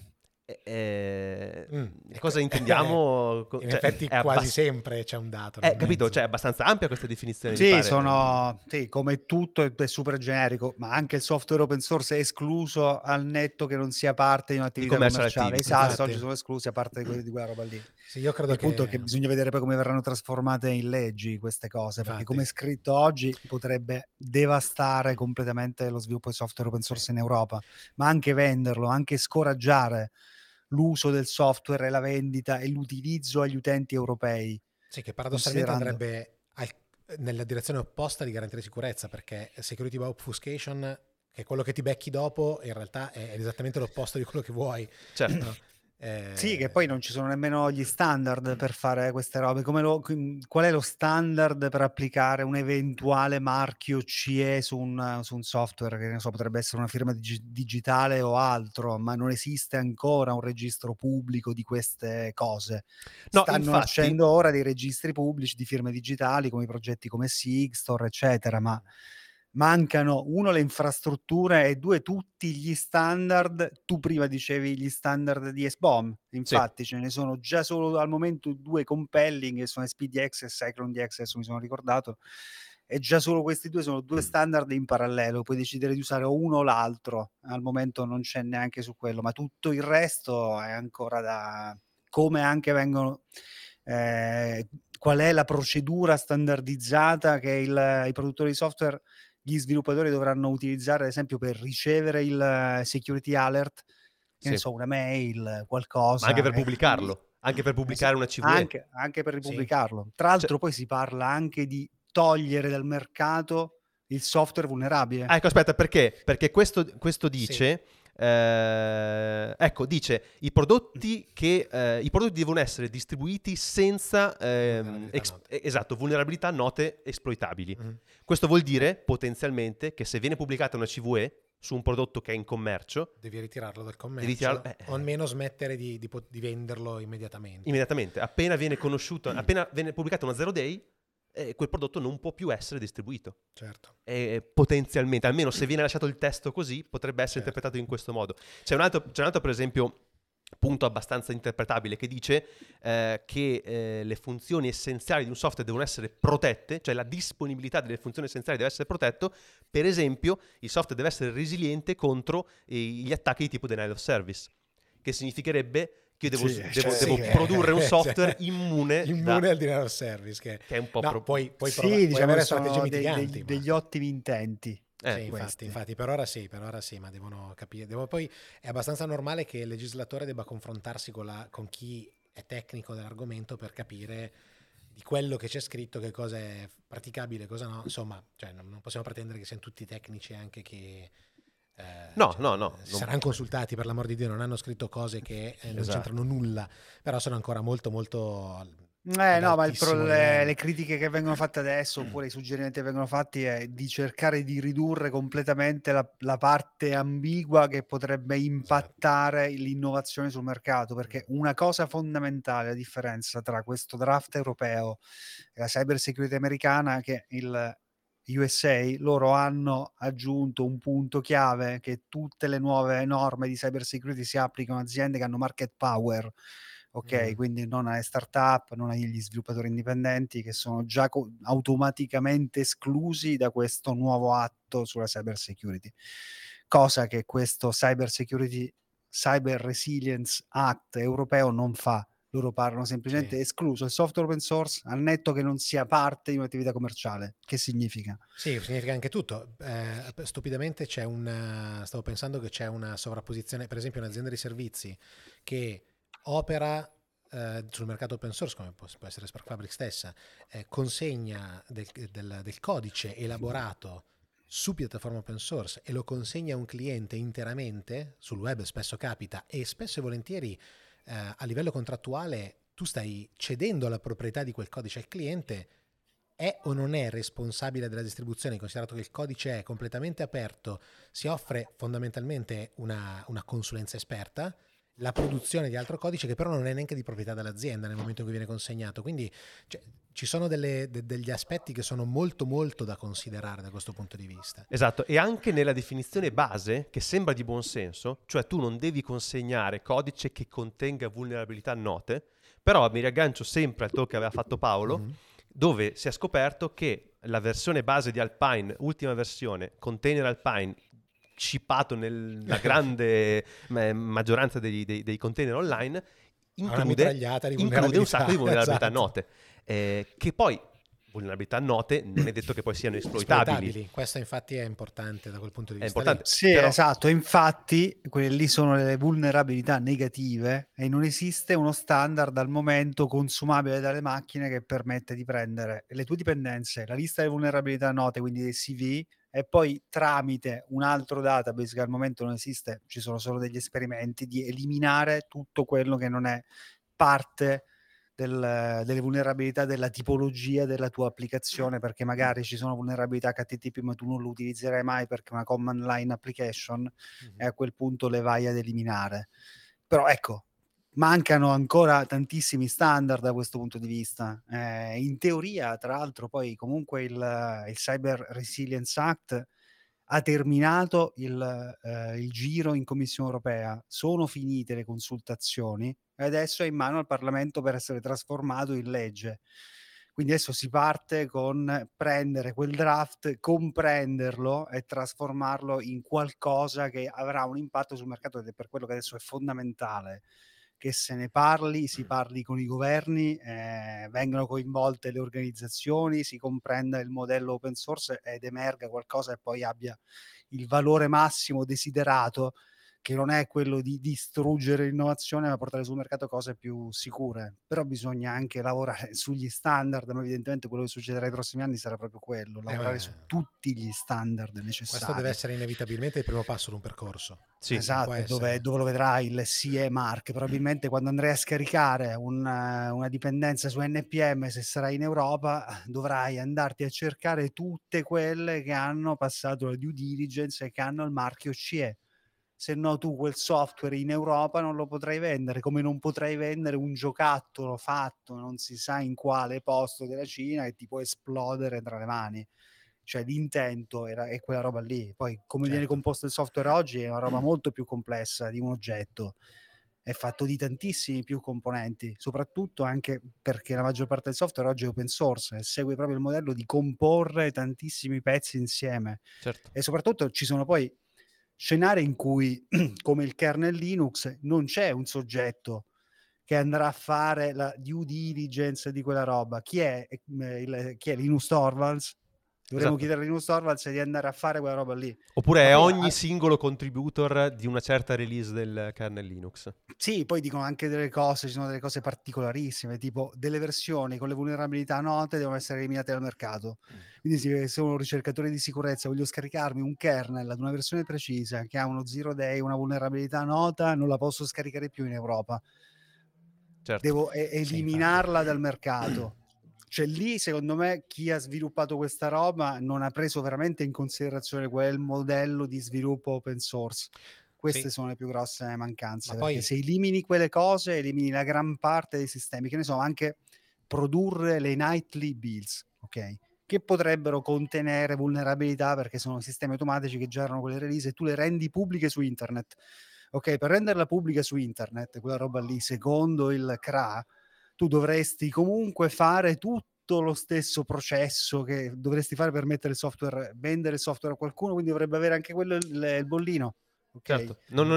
Cosa intendiamo? In effetti quasi sempre c'è un dato. Capito? Cioè, è abbastanza ampia questa definizione. Sì, sì, come tutto è super generico, ma anche il software open source è escluso al netto che non sia parte di un'attività commerciale. Esatto, oggi sono esclusi a parte di quella roba lì. Sì, io credo il punto è che bisogna vedere poi come verranno trasformate in leggi queste cose, perché come è scritto oggi potrebbe devastare completamente lo sviluppo di software open source in Europa, ma anche venderlo, anche scoraggiare l'uso del software e la vendita e l'utilizzo agli utenti europei. Sì, che paradossalmente andrebbe nella direzione opposta di garantire sicurezza, perché security by obfuscation, che è quello che ti becchi dopo, in realtà è esattamente l'opposto di quello che vuoi. Certo. No? Sì, che poi non ci sono nemmeno gli standard per fare queste robe. Qual è lo standard per applicare un eventuale marchio CE su un software che ne so, potrebbe essere una firma digitale o altro, ma non esiste ancora un registro pubblico di queste cose. No, Stanno nascendo ora dei registri pubblici di firme digitali come i progetti come Sigstore, eccetera, ma mancano, uno, le infrastrutture e due, tutti gli standard. Tu prima dicevi gli standard di SBOM, infatti ce ne sono già solo al momento due compelling, che sono SPDX e CycloneDX, adesso mi sono ricordato, e già solo questi due sono due standard in parallelo, puoi decidere di usare uno o l'altro, al momento non c'è neanche su quello, ma tutto il resto è ancora da... come anche vengono... qual è la procedura standardizzata che i produttori di software, gli sviluppatori dovranno utilizzare, ad esempio, per ricevere il security alert, che ne so, una mail, qualcosa. Ma anche per pubblicarlo, anche per pubblicare una CVE. Anche per ripubblicarlo. Tra l'altro poi si parla anche di togliere dal mercato il software vulnerabile. Ecco, aspetta, perché? Perché questo dice... dice i prodotti devono essere distribuiti senza vulnerabilità note esploitabili. Questo vuol dire potenzialmente che se viene pubblicata una CVE su un prodotto che è in commercio, devi ritirarlo dal commercio o almeno smettere di venderlo immediatamente. Appena viene conosciuto, appena viene pubblicata una 0 day, quel prodotto non può più essere distribuito. Certo. Potenzialmente, almeno se viene lasciato il testo così, potrebbe essere interpretato in questo modo. C'è un altro per esempio, punto abbastanza interpretabile che dice che le funzioni essenziali di un software devono essere protette, cioè la disponibilità delle funzioni essenziali deve essere protetto. Per esempio, il software deve essere resiliente contro gli attacchi di tipo denial of service, che significherebbe che io devo produrre un software immune al denial of service, che è un po' puoi avere strategie mitiganti, degli ottimi intenti. Infatti, per ora sì, ma devono capire. Poi è abbastanza normale che il legislatore debba confrontarsi con chi è tecnico dell'argomento per capire di quello che c'è scritto che cosa è praticabile, cosa no. Insomma, cioè, non possiamo pretendere che siano tutti tecnici anche che... No. Saranno consultati, per l'amor di Dio, non hanno scritto cose che non c'entrano nulla, però sono ancora molto ma le critiche che vengono fatte adesso oppure i suggerimenti che vengono fatti è di cercare di ridurre completamente la parte ambigua che potrebbe impattare l'innovazione sul mercato, perché una cosa fondamentale, la differenza tra questo draft europeo e la cyber security americana, che il USA, loro hanno aggiunto un punto chiave, che tutte le nuove norme di cyber security si applicano a aziende che hanno market power, ok? Quindi non alle startup, non agli sviluppatori indipendenti, che sono già automaticamente esclusi da questo nuovo atto sulla cyber security, cosa che questo Cyber Resilience Act europeo non fa. Loro parlano semplicemente escluso il software open source al netto che non sia parte di un'attività commerciale. Che significa? Sì, significa anche tutto. Stupidamente stavo pensando che c'è una sovrapposizione, per esempio un'azienda di servizi che opera sul mercato open source, come può essere Spark Fabric stessa, consegna del codice elaborato su piattaforma open source e lo consegna a un cliente interamente, sul web spesso capita, e spesso e volentieri a livello contrattuale tu stai cedendo la proprietà di quel codice al cliente, è o non è responsabile della distribuzione, considerato che il codice è completamente aperto, si offre fondamentalmente una consulenza esperta, la produzione di altro codice che però non è neanche di proprietà dell'azienda nel momento in cui viene consegnato, quindi ci sono degli aspetti che sono molto molto da considerare da questo punto di vista. Esatto, e anche nella definizione base, che sembra di buon senso, cioè tu non devi consegnare codice che contenga vulnerabilità note, però mi riaggancio sempre al talk che aveva fatto Paolo, dove si è scoperto che la versione base di Alpine, ultima versione, container Alpine, shippato nella grande maggioranza dei container online, include un sacco di vulnerabilità esatto. note, che poi vulnerabilità note non è detto che poi siano esploitabili. Questo infatti è importante da quel punto di vista. È importante. Sì, però... esatto, infatti quelle lì sono le vulnerabilità negative e non esiste uno standard al momento consumabile dalle macchine che permette di prendere le tue dipendenze, la lista delle vulnerabilità note, quindi dei CV, e poi tramite un altro database che al momento non esiste, ci sono solo degli esperimenti, di eliminare tutto quello che non è parte delle vulnerabilità della tipologia della tua applicazione, perché magari ci sono vulnerabilità HTTP ma tu non lo utilizzerai mai perché è una command line application, e a quel punto le vai ad eliminare. Però ecco, mancano ancora tantissimi standard da questo punto di vista. In teoria, tra l'altro, poi comunque il Cyber Resilience Act ha terminato il giro in Commissione europea, sono finite le consultazioni e adesso è in mano al Parlamento per essere trasformato in legge. Quindi adesso si parte con prendere quel draft, comprenderlo e trasformarlo in qualcosa che avrà un impatto sul mercato, ed è per quello che adesso è fondamentale che se ne parli, si parli con i governi, vengano coinvolte le organizzazioni, si comprenda il modello open source ed emerga qualcosa e poi abbia il valore massimo desiderato, che non è quello di distruggere l'innovazione ma portare sul mercato cose più sicure. Però bisogna anche lavorare sugli standard, ma evidentemente quello che succederà nei prossimi anni sarà proprio quello, lavorare su tutti gli standard necessari. Questo deve essere inevitabilmente il primo passo di un percorso. Sì, esatto, dove lo vedrai il CE Mark, probabilmente quando andrai a scaricare una dipendenza su NPM, se sarai in Europa, dovrai andarti a cercare tutte quelle che hanno passato la due diligence e che hanno il marchio CE. Se no tu quel software in Europa non lo potrai vendere, come non potrai vendere un giocattolo fatto non si sa in quale posto della Cina che ti può esplodere tra le mani. Cioè l'intento è quella roba lì. Poi come viene composto il software oggi è una roba molto più complessa di un oggetto, è fatto di tantissimi più componenti, soprattutto anche perché la maggior parte del software oggi è open source e segue proprio il modello di comporre tantissimi pezzi insieme. Certo. E soprattutto ci sono poi scenari in cui, come il kernel Linux, non c'è un soggetto che andrà a fare la due diligence di quella roba. Chi è Linus Torvalds? Dovremmo chiedere a Linus Torvalds di andare a fare quella roba lì. Oppure è ogni singolo contributor di una certa release del kernel Linux. Sì, poi dicono anche delle cose, ci sono delle cose particolarissime, tipo delle versioni con le vulnerabilità note devono essere eliminate dal mercato. Quindi se sono un ricercatore di sicurezza, voglio scaricarmi un kernel ad una versione precisa che ha uno zero day, una vulnerabilità nota, non la posso scaricare più in Europa. Certo. Devo eliminarla dal mercato. Cioè lì secondo me chi ha sviluppato questa roba non ha preso veramente in considerazione quel modello di sviluppo open source. Queste sono le più grosse mancanze, perché poi, se elimini quelle cose elimini la gran parte dei sistemi, che ne so, anche produrre le nightly builds, ok, che potrebbero contenere vulnerabilità perché sono sistemi automatici che generano quelle release e tu le rendi pubbliche su internet. Ok, per renderla pubblica su internet, quella roba lì, secondo il CRA, tu dovresti comunque fare tutto lo stesso processo che dovresti fare per mettere il software, vendere il software a qualcuno, quindi dovrebbe avere anche quello il bollino. Okay. Certo, non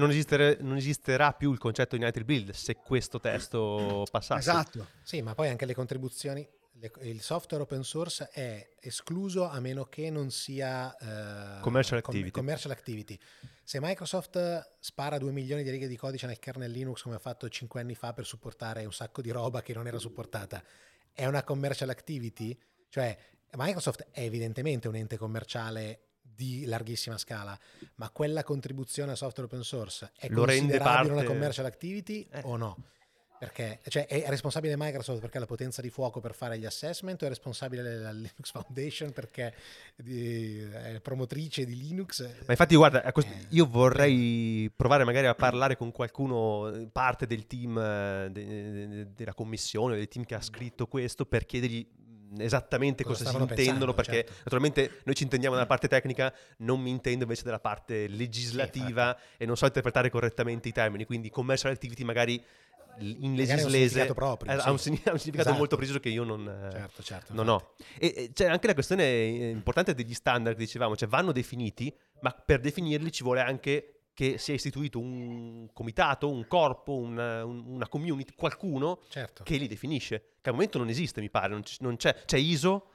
esisterà più il concetto di nightly build se questo testo passasse. Esatto. Sì, ma poi anche le contribuzioni, il software open source è escluso a meno che non sia commercial activity. Se Microsoft spara 2 milioni di righe di codice nel kernel Linux come ha fatto 5 anni fa per supportare un sacco di roba che non era supportata, è una commercial activity? Cioè, Microsoft è evidentemente un ente commerciale di larghissima scala, ma quella contribuzione al software open source è Lo rende considerabile parte... una commercial activity o no? Perché cioè, è responsabile Microsoft perché ha la potenza di fuoco per fare gli assessment, o è responsabile la Linux Foundation perché è promotrice di Linux? Ma infatti guarda, io vorrei provare magari a parlare con qualcuno, parte del team della commissione, del team che ha scritto questo, per chiedergli esattamente cosa si intendono, perché certo. naturalmente noi ci intendiamo dalla parte tecnica, non mi intendo invece della parte legislativa e non so interpretare correttamente i termini, quindi commercial activity magari in lesislese ha un significato molto preciso che io non ho. E c'è anche la questione importante degli standard che dicevamo, cioè vanno definiti, ma per definirli ci vuole anche che sia istituito un comitato, un corpo, una community, qualcuno che li definisce, che al momento non esiste, mi pare, non c'è ISO,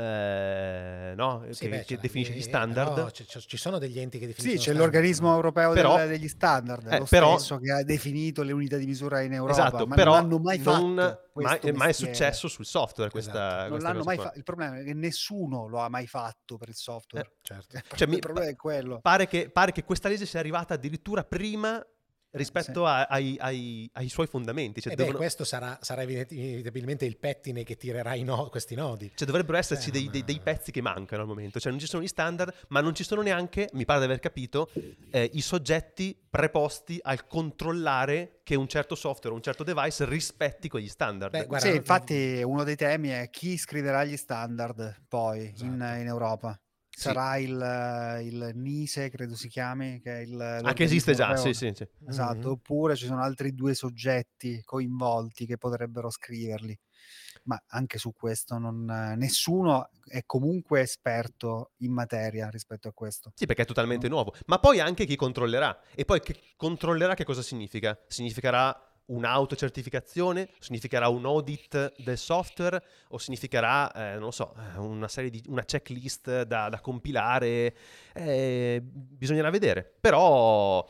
no? Che definisce gli standard. No, ci sono degli enti che definiscono. Sì, c'è l'organismo europeo degli standard, lo stesso che ha definito le unità di misura in Europa. Esatto, ma però non hanno mai fatto mai è successo sul software. Non l'hanno mai fatto. Il problema è che nessuno lo ha mai fatto per il software. Certo. Cioè, il problema è quello. Pare che questa legge sia arrivata addirittura prima rispetto ai suoi fondamenti. Cioè, questo sarà inevitabilmente il pettine che tirerà questi nodi. Cioè dovrebbero esserci dei pezzi che mancano al momento. Cioè non ci sono gli standard, ma non ci sono neanche, mi pare di aver capito, i soggetti preposti al controllare che un certo software, un certo device rispetti quegli standard. Guarda, sì, infatti uno dei temi è chi scriverà gli standard poi in Europa. Sarà il NISE, credo si chiami, che è il che esiste già, sì. Esatto, Mm-hmm. Oppure ci sono altri 2 soggetti coinvolti che potrebbero scriverli, ma anche su questo nessuno è comunque esperto in materia rispetto a questo. Sì, perché è totalmente nuovo, ma poi anche chi controllerà, e poi che controllerà che cosa significa? Significherà un'autocertificazione, significherà un audit del software, o significherà, non lo so, una checklist da compilare, bisognerà vedere. Però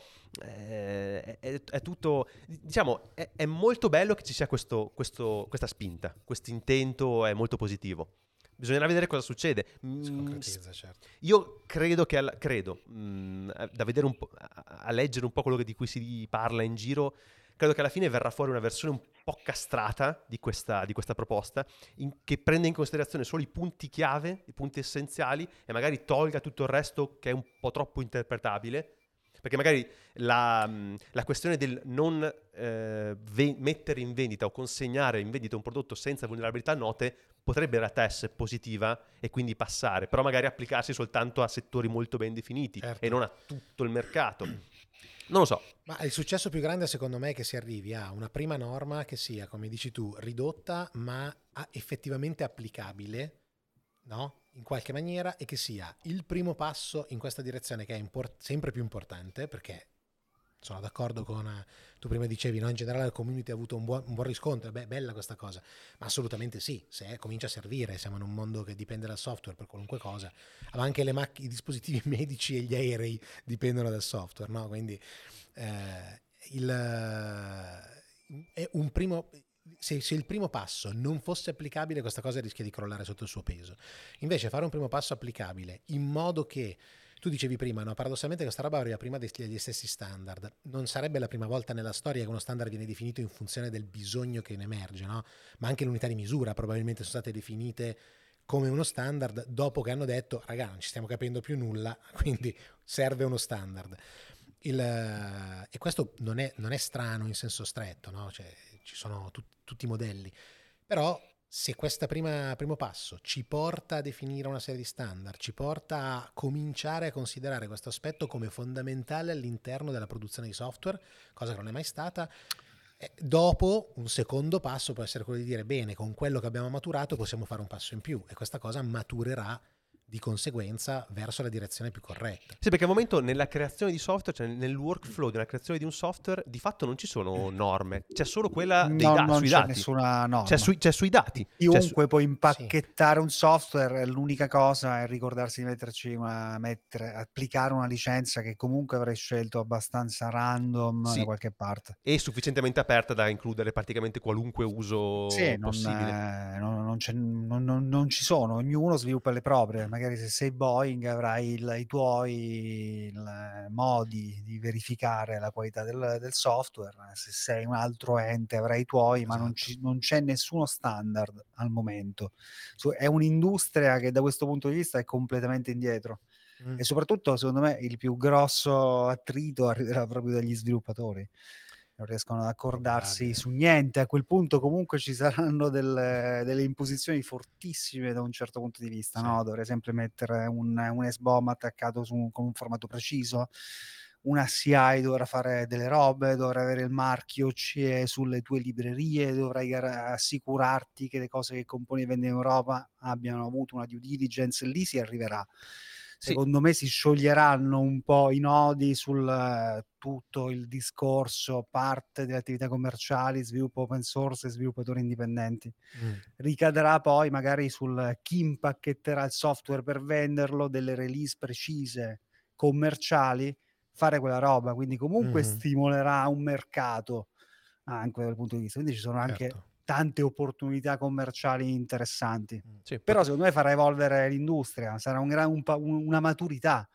è tutto, diciamo, è molto bello che ci sia questa spinta, questo intento è molto positivo. Bisognerà vedere cosa succede. Certo. Io credo che da vedere un po', a leggere un po' quello di cui si parla in giro, credo che alla fine verrà fuori una versione un po' castrata di questa proposta, che prende in considerazione solo i punti chiave, i punti essenziali, e magari tolga tutto il resto che è un po' troppo interpretabile. Perché magari la questione del non mettere in vendita o consegnare in vendita un prodotto senza vulnerabilità note potrebbe in realtà essere positiva e quindi passare, però magari applicarsi soltanto a settori molto ben definiti e non a tutto il mercato. Non lo so. Ma il successo più grande secondo me è che si arrivi a una prima norma che sia, come dici tu, ridotta ma effettivamente applicabile, no? In qualche maniera, e che sia il primo passo in questa direzione, che è sempre più importante, perché sono d'accordo con tu prima dicevi, no? In generale la community ha avuto un buon riscontro. Bella questa cosa, ma assolutamente sì, se comincia a servire, siamo in un mondo che dipende dal software per qualunque cosa, ma anche i dispositivi medici e gli aerei dipendono dal software, no? Quindi è un primo. Se il primo passo non fosse applicabile, questa cosa rischia di crollare sotto il suo peso. Invece fare un primo passo applicabile in modo che, tu dicevi prima, no? Paradossalmente questa roba arriva prima degli stessi standard. Non sarebbe la prima volta nella storia che uno standard viene definito in funzione del bisogno che ne emerge, no? Ma anche le unità di misura probabilmente sono state definite come uno standard dopo che hanno detto, raga, non ci stiamo capendo più nulla, quindi serve uno standard. E questo non è strano in senso stretto, no? Cioè, ci sono tutti i modelli, però se questo primo passo ci porta a definire una serie di standard, ci porta a cominciare a considerare questo aspetto come fondamentale all'interno della produzione di software, cosa che non è mai stata, dopo un secondo passo può essere quello di dire, bene, con quello che abbiamo maturato possiamo fare un passo in più, e questa cosa maturerà di conseguenza verso la direzione più corretta. Sì, perché al momento nella creazione di software, cioè nel workflow della creazione di un software, di fatto non ci sono norme, c'è solo quella Non sui c'è dati. nessuna norma. C'è sui dati. Chiunque può impacchettare un software, l'unica cosa è ricordarsi di applicare una licenza che comunque avrei scelto abbastanza random Sì. da qualche parte. E sufficientemente aperta da includere praticamente qualunque uso possibile. Non ci sono, ognuno sviluppa le proprie. Magari se sei Boeing avrai i tuoi modi di verificare la qualità del software, se sei un altro ente avrai i tuoi, ma non c'è nessuno standard al momento. È un'industria che da questo punto di vista è completamente indietro. E soprattutto, secondo me, il più grosso attrito arriverà proprio dagli sviluppatori. Non riescono ad accordarsi su niente. A quel punto comunque ci saranno delle imposizioni fortissime da un certo punto di vista, no? Dovrei sempre mettere un SBOM attaccato con un formato preciso, una CI dovrà fare delle robe, dovrai avere il marchio CE sulle tue librerie, dovrai assicurarti che le cose che componi e vendi in Europa abbiano avuto una due diligence. Lì si arriverà. Secondo me si scioglieranno un po' i nodi sul tutto il discorso, parte delle attività commerciali, sviluppo open source e sviluppatori indipendenti. Ricadrà poi magari sul chi impacchetterà il software per venderlo, delle release precise commerciali, fare quella roba, quindi comunque stimolerà un mercato anche dal punto di vista. Quindi ci sono anche tante opportunità commerciali interessanti. Però secondo me farà evolvere l'industria, sarà una maturità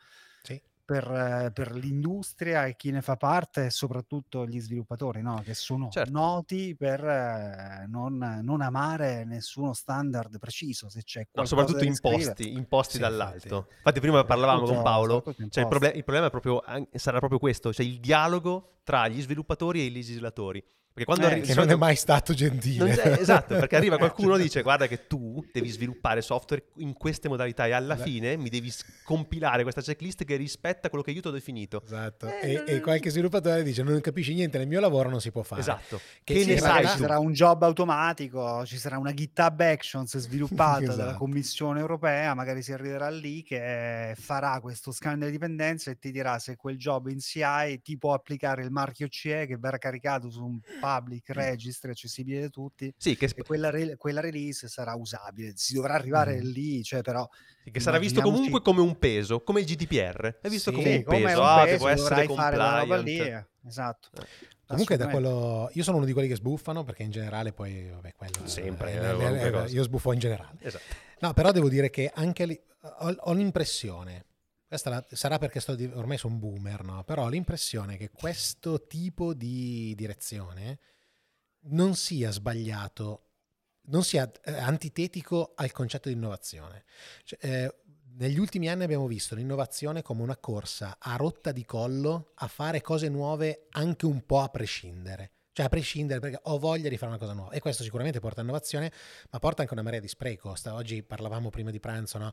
per l'industria e chi ne fa parte, e soprattutto gli sviluppatori, no? Che sono noti per non amare nessuno standard preciso, se c'è qualcosa soprattutto imposti dall'alto. Infatti prima parlavamo con Paolo, cioè il problema è proprio, sarà proprio questo, cioè il dialogo tra gli sviluppatori e i legislatori. Perché quando che non è mai stato gentile. Esatto, perché arriva qualcuno e dice guarda che tu devi sviluppare software in queste modalità e alla fine mi devi compilare questa checklist che rispetta quello che io ti ho definito. Esatto. E qualche sviluppatore dice non capisci niente, nel mio lavoro non si può fare. Esatto. Che ne sai? Ci sarà un job automatico, ci sarà una GitHub Actions sviluppata dalla Commissione europea, magari si arriverà lì che farà questo scan delle dipendenze e ti dirà se quel job in CI ti può applicare il marchio CE che verrà caricato su un public registry accessibile da tutti, e quella release sarà usabile. Si dovrà arrivare lì, cioè, però che sarà visto comunque come un peso, come il GDPR è visto come un peso, devo essere compliant. Esatto. Comunque da quello, io sono uno di quelli che sbuffano, perché in generale poi quello sempre io sbuffo in generale. Esatto. No, però devo dire che anche lì ho l'impressione, questa sarà perché ormai sono un boomer, no? Però ho l'impressione che questo tipo di direzione non sia sbagliato, non sia antitetico al concetto di innovazione. Cioè, negli ultimi anni abbiamo visto l'innovazione come una corsa a rotta di collo a fare cose nuove anche un po' a prescindere. Cioè a prescindere, perché ho voglia di fare una cosa nuova, e questo sicuramente porta a innovazione, ma porta anche una marea di spreco. Oggi parlavamo prima di pranzo, no?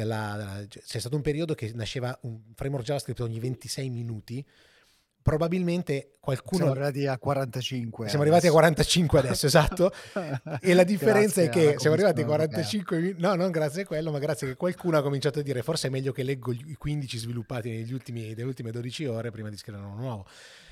C'è stato un periodo che nasceva un framework JavaScript ogni 26 minuti. Probabilmente qualcuno... Siamo arrivati a 45. Siamo arrivati a 45 adesso, esatto. E la differenza è che siamo arrivati a 45 minuti. No, non grazie a quello, ma grazie che qualcuno ha cominciato a dire forse è meglio che leggo i 15 sviluppati nelle ultime 12 ore prima di scrivere uno nuovo.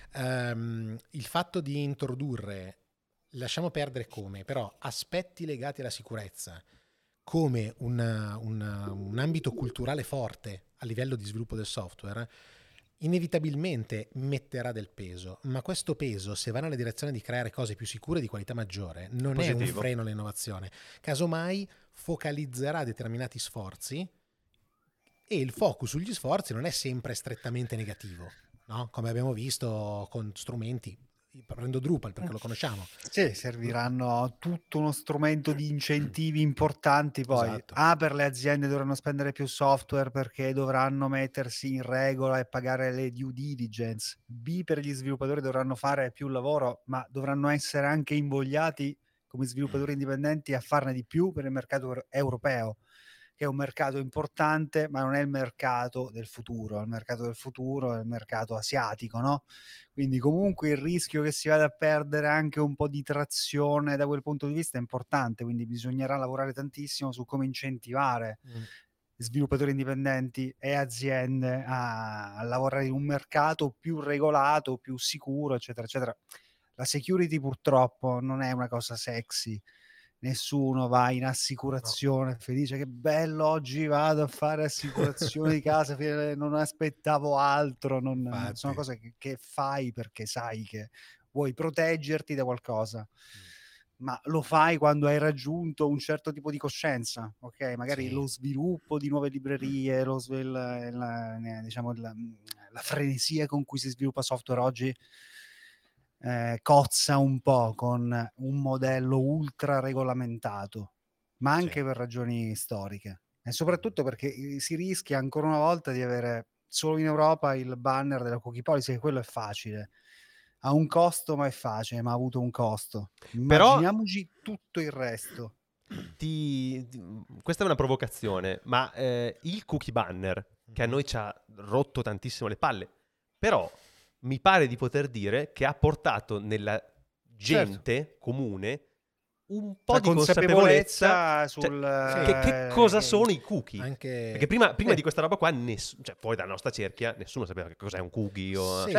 Il fatto di introdurre, lasciamo perdere come, però aspetti legati alla sicurezza come un ambito culturale forte a livello di sviluppo del software inevitabilmente metterà del peso, ma questo peso, se va nella direzione di creare cose più sicure di qualità maggiore, non è un freno all'innovazione, casomai focalizzerà determinati sforzi, e il focus sugli sforzi non è sempre strettamente negativo, no? Come abbiamo visto con strumenti, prendo Drupal perché lo conosciamo. Sì, serviranno tutto uno strumento di incentivi importanti poi. Esatto. A, per le aziende dovranno spendere più software perché dovranno mettersi in regola e pagare le due diligence. B, per gli sviluppatori dovranno fare più lavoro, ma dovranno essere anche invogliati come sviluppatori indipendenti a farne di più per il mercato europeo, che è un mercato importante, ma non è il mercato del futuro. Il mercato del futuro è il mercato asiatico, no? Quindi comunque il rischio che si vada a perdere anche un po' di trazione da quel punto di vista è importante, quindi bisognerà lavorare tantissimo su come incentivare sviluppatori indipendenti e aziende a lavorare in un mercato più regolato, più sicuro, eccetera, eccetera. La security purtroppo non è una cosa sexy. Nessuno va in assicurazione felice, che bello, oggi vado a fare assicurazione di casa, non aspettavo altro. Non sono cose che fai perché sai che vuoi proteggerti da qualcosa, ma lo fai quando hai raggiunto un certo tipo di coscienza, ok? Magari lo sviluppo di nuove librerie, diciamo la frenesia con cui si sviluppa software oggi cozza un po' con un modello ultra regolamentato, ma anche per ragioni storiche, e soprattutto perché si rischia ancora una volta di avere solo in Europa il banner della cookie policy, che quello è facile, ha un costo ma è facile, ma ha avuto un costo. Immaginiamoci tutto il resto. Questa è una provocazione, ma il cookie banner, che a noi ci ha rotto tantissimo le palle, però mi pare di poter dire che ha portato nella gente comune un po' la di consapevolezza sul che cosa sono i cookie. Anche... Perché prima di questa roba qua, cioè fuori dalla nostra cerchia, nessuno sapeva che cos'è un cookie.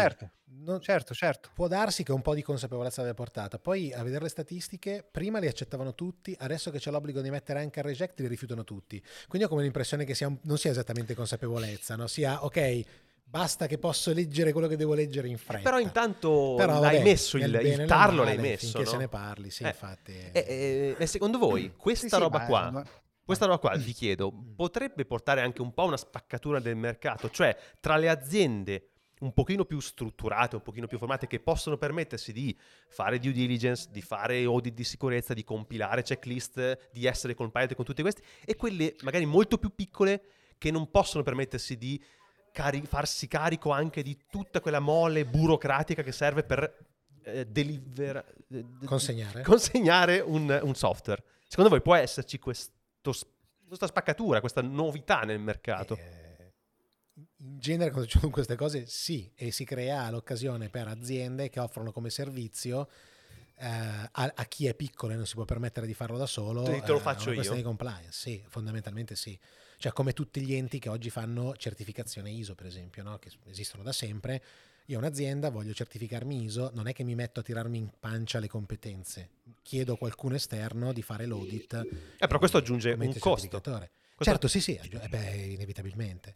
Certo. Può darsi che un po' di consapevolezza l'abbia portata. Poi, a vedere le statistiche, prima li accettavano tutti, adesso che c'è l'obbligo di mettere anche il reject, li rifiutano tutti. Quindi ho come l'impressione che non sia esattamente consapevolezza, no? Sia, ok, basta che posso leggere quello che devo leggere in fretta. Però intanto l'hai messo il tarlo, l'hai messo, finché no? se ne parli, sì, infatti. E secondo voi questa roba qua, vi chiedo, potrebbe portare anche un po' una spaccatura del mercato? Cioè, tra le aziende un pochino più strutturate, un pochino più formate, che possono permettersi di fare due diligence, di fare audit di sicurezza, di compilare checklist, di essere compliant con tutti questi, e quelle magari molto più piccole che non possono permettersi di farsi carico anche di tutta quella mole burocratica che serve per consegnare un software. Secondo voi può esserci questa spaccatura, questa novità nel mercato? In genere, quando ci sono queste cose, sì, e si crea l'occasione per aziende che offrono come servizio a chi è piccolo e non si può permettere di farlo da solo. Te lo faccio una questione io? di compliance, sì, fondamentalmente sì. Cioè, come tutti gli enti che oggi fanno certificazione ISO, per esempio, no? Che esistono da sempre. Io ho un'azienda, voglio certificarmi ISO, non è che mi metto a tirarmi in pancia le competenze, chiedo a qualcuno esterno di fare l'audit. Però questo aggiunge un costo. Certo, sì, inevitabilmente.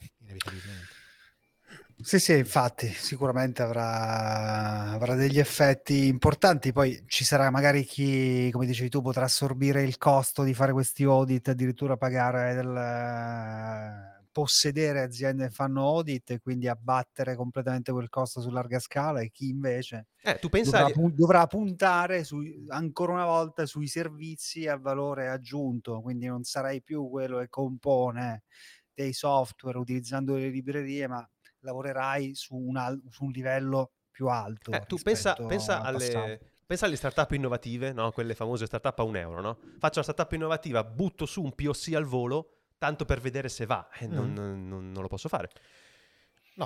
Sì, infatti, sicuramente avrà degli effetti importanti. Poi ci sarà magari chi, come dicevi tu, potrà assorbire il costo di fare questi audit, addirittura pagare possedere aziende che fanno audit e quindi abbattere completamente quel costo su larga scala, e chi invece tu dovrà puntare ancora una volta sui servizi a valore aggiunto, quindi non sarai più quello che compone dei software utilizzando le librerie, ma lavorerai su un livello più alto. Tu pensa alle startup innovative, no? Quelle famose startup a €1, no? Faccio la startup innovativa, butto su un POC al volo, tanto per vedere se va, non lo posso fare. No,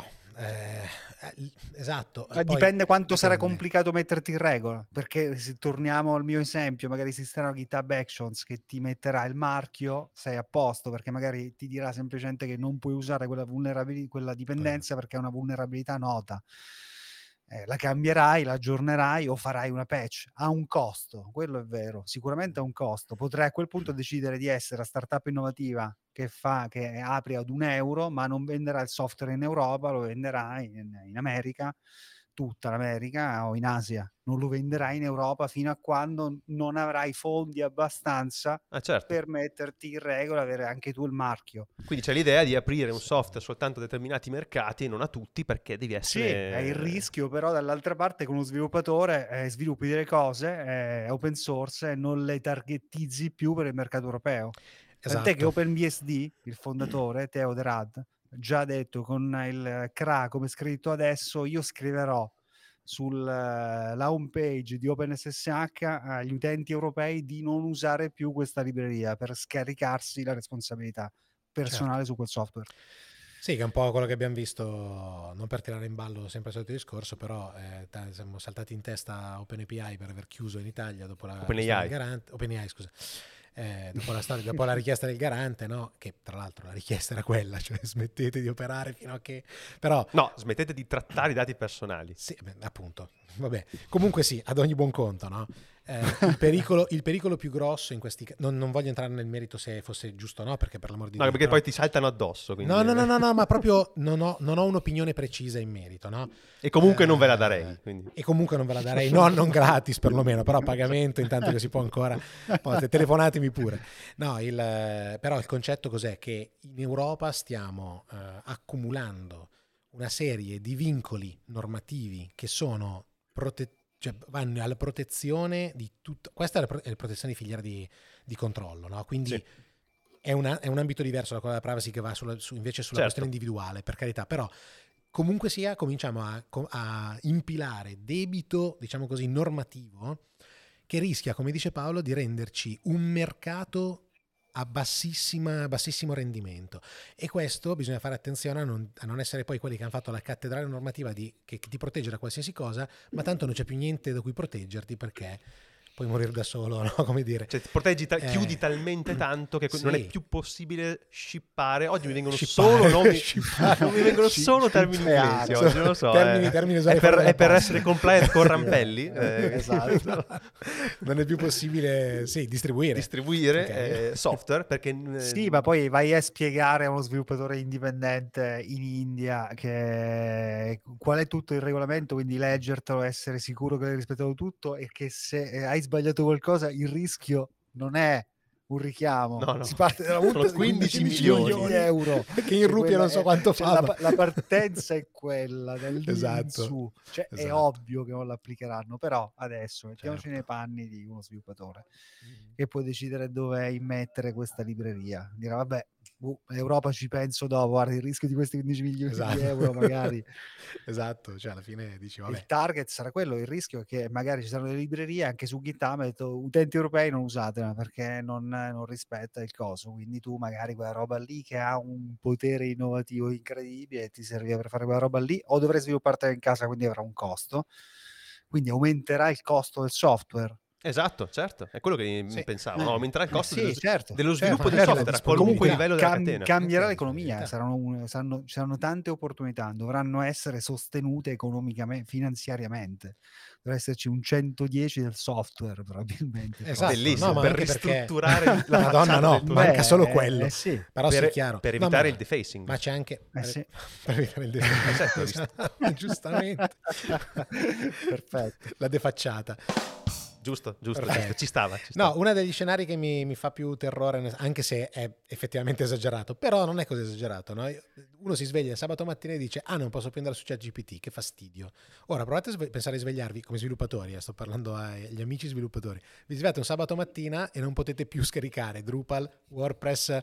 esatto. Dipende quanto sarà complicato metterti in regola, perché se torniamo al mio esempio, magari esisterà GitHub Actions che ti metterà il marchio, sei a posto, perché magari ti dirà semplicemente che non puoi usare quella dipendenza perché è una vulnerabilità nota. La cambierai, la aggiornerai o farai una patch. Ha un costo, quello è vero, sicuramente ha un costo. Potrai a quel punto decidere di essere la startup innovativa che apri ad €1, ma non venderà il software in Europa, lo venderà in America, tutta l'America, o in Asia. Non lo venderai in Europa fino a quando non avrai fondi abbastanza per metterti in regola, avere anche tu il marchio. Quindi c'è l'idea di aprire un software soltanto a determinati mercati e non a tutti, perché devi essere... Sì, è il rischio, però dall'altra parte con uno sviluppatore sviluppi delle cose open source e non le targettizzi più per il mercato europeo. Tant'è che OpenBSD, il fondatore, Theo De Rad, già detto con il CRA come scritto adesso, io scriverò sulla home page di OpenSSH agli utenti europei di non usare più questa libreria per scaricarsi la responsabilità personale su quel software. Sì, che è un po' quello che abbiamo visto, non per tirare in ballo sempre il solito discorso, però siamo saltati in testa OpenAPI per aver chiuso in Italia dopo la OpenAI, OpenAI, scusa. dopo la richiesta del garante, no? Che tra l'altro la richiesta era quella, cioè smettete di operare fino a che... Però... No, smettete di trattare i dati personali. Sì, appunto. Vabbè. Comunque sì, ad ogni buon conto, no? Il pericolo più grosso in questi casi, non voglio entrare nel merito se fosse giusto o no, perché per l'amor di Dio. No, perché però... poi ti saltano addosso. Quindi... No, ma proprio non ho un'opinione precisa in merito, no? E comunque non ve la darei. Quindi. E comunque non ve la darei, no, non gratis perlomeno, però a pagamento intanto che si può ancora. Poi, telefonatemi pure. No, però il concetto cos'è? Che in Europa stiamo accumulando una serie di vincoli normativi che sono cioè vanno alla protezione di tutto. Questa è la protezione di filiera di controllo, no? Quindi sì. È un ambito diverso da quella della privacy che va invece sulla questione individuale, per carità, però comunque sia cominciamo a impilare debito, diciamo così, normativo che rischia, come dice Paolo, di renderci un mercato a bassissimo rendimento, e questo bisogna fare attenzione a non essere poi quelli che hanno fatto la cattedrale normativa che ti protegge da qualsiasi cosa, ma tanto non c'è più niente da cui proteggerti perché puoi morire da solo, no? Come dire. Cioè, chiudi talmente tanto che non è più possibile shippare. Oggi mi vengono solo termini inglesi. Oggi non lo so. Termini è per essere compliant con Rampelli. Esatto. Non è più possibile distribuire software perché sì, ma poi vai a spiegare a uno sviluppatore indipendente in India qual è tutto il regolamento, quindi leggertelo, essere sicuro che hai rispettato tutto e che se hai sbagliato qualcosa il rischio non è un richiamo, no. Si parte dalla multa di 15 milioni di euro che in rupia non so quanto fa, la partenza è quella del esatto. su. Cioè, esatto. È ovvio che non l'applicheranno, però adesso mettiamoci nei panni di uno sviluppatore che può decidere dove immettere questa libreria, dirà vabbè, l'Europa ci penso dopo, guarda il rischio di questi 15 milioni di euro magari. Esatto, cioè alla fine dici vabbè. Il target sarà quello, il rischio è che magari ci saranno delle librerie anche su GitHub, detto, utenti europei non usatela perché non rispetta il coso, quindi tu magari quella roba lì che ha un potere innovativo incredibile e ti serviva per fare quella roba lì, o dovrai sviluppartela in casa, quindi avrà un costo, quindi aumenterà il costo del software. Esatto, certo, è quello che pensavo, no? Aumenterà il costo dello sviluppo certo, del software a qualunque livello della catena. Cambierà l'economia, saranno tante opportunità, dovranno essere sostenute economicamente, finanziariamente. Dovrà esserci un 110 del software probabilmente. Esatto, bellissimo, no, per ristrutturare la Madonna, no, manca solo quello. Sì. Però per, è chiaro. Per evitare il defacing. Ma c'è anche sì. Per evitare il defacing. Giustamente. Perfetto. La defacciata. Giusto, ci stava. No, uno degli scenari che mi fa più terrore, anche se è effettivamente esagerato, però non è così esagerato, no? Uno si sveglia il sabato mattina e dice non posso più andare su ChatGPT, che fastidio. Ora provate a pensare di svegliarvi come sviluppatori, sto parlando agli amici sviluppatori, vi svegliate un sabato mattina e non potete più scaricare Drupal, WordPress,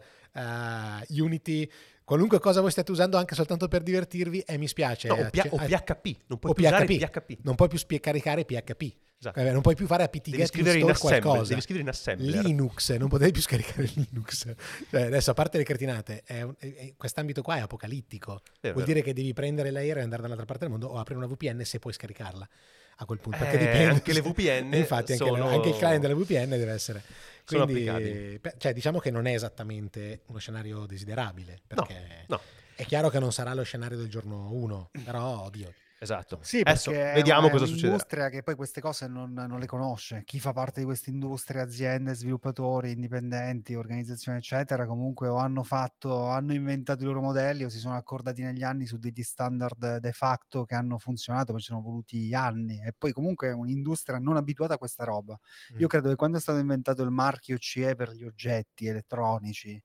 Unity, qualunque cosa voi stiate usando anche soltanto per divertirvi, e mi spiace. O PHP, non puoi più usare PHP. Non puoi più caricare PHP. Esatto. Non puoi più fare apt-get install qualcosa. Devi scrivere in assembler. Linux, non potevi più scaricare Linux. Cioè, adesso, a parte le cretinate, quest'ambito qua è apocalittico. Vuol dire che devi prendere l'aereo e andare dall'altra parte del mondo o aprire una VPN se puoi scaricarla a quel punto. Perché dipende. Anche le VPN infatti anche il client della VPN deve essere. Quindi, applicabili. Cioè, diciamo che non è esattamente uno scenario desiderabile, perché no. È chiaro che non sarà lo scenario del giorno 1, però oddio. Esatto. Sì, perché vediamo cosa succederà. È un'industria che poi queste cose non le conosce. Chi fa parte di queste industrie, aziende, sviluppatori, indipendenti, organizzazioni, eccetera, comunque hanno inventato i loro modelli o si sono accordati negli anni su degli standard de facto che hanno funzionato, ma ci sono voluti anni. E poi comunque è un'industria non abituata a questa roba. Io credo che quando è stato inventato il marchio CE per gli oggetti elettronici,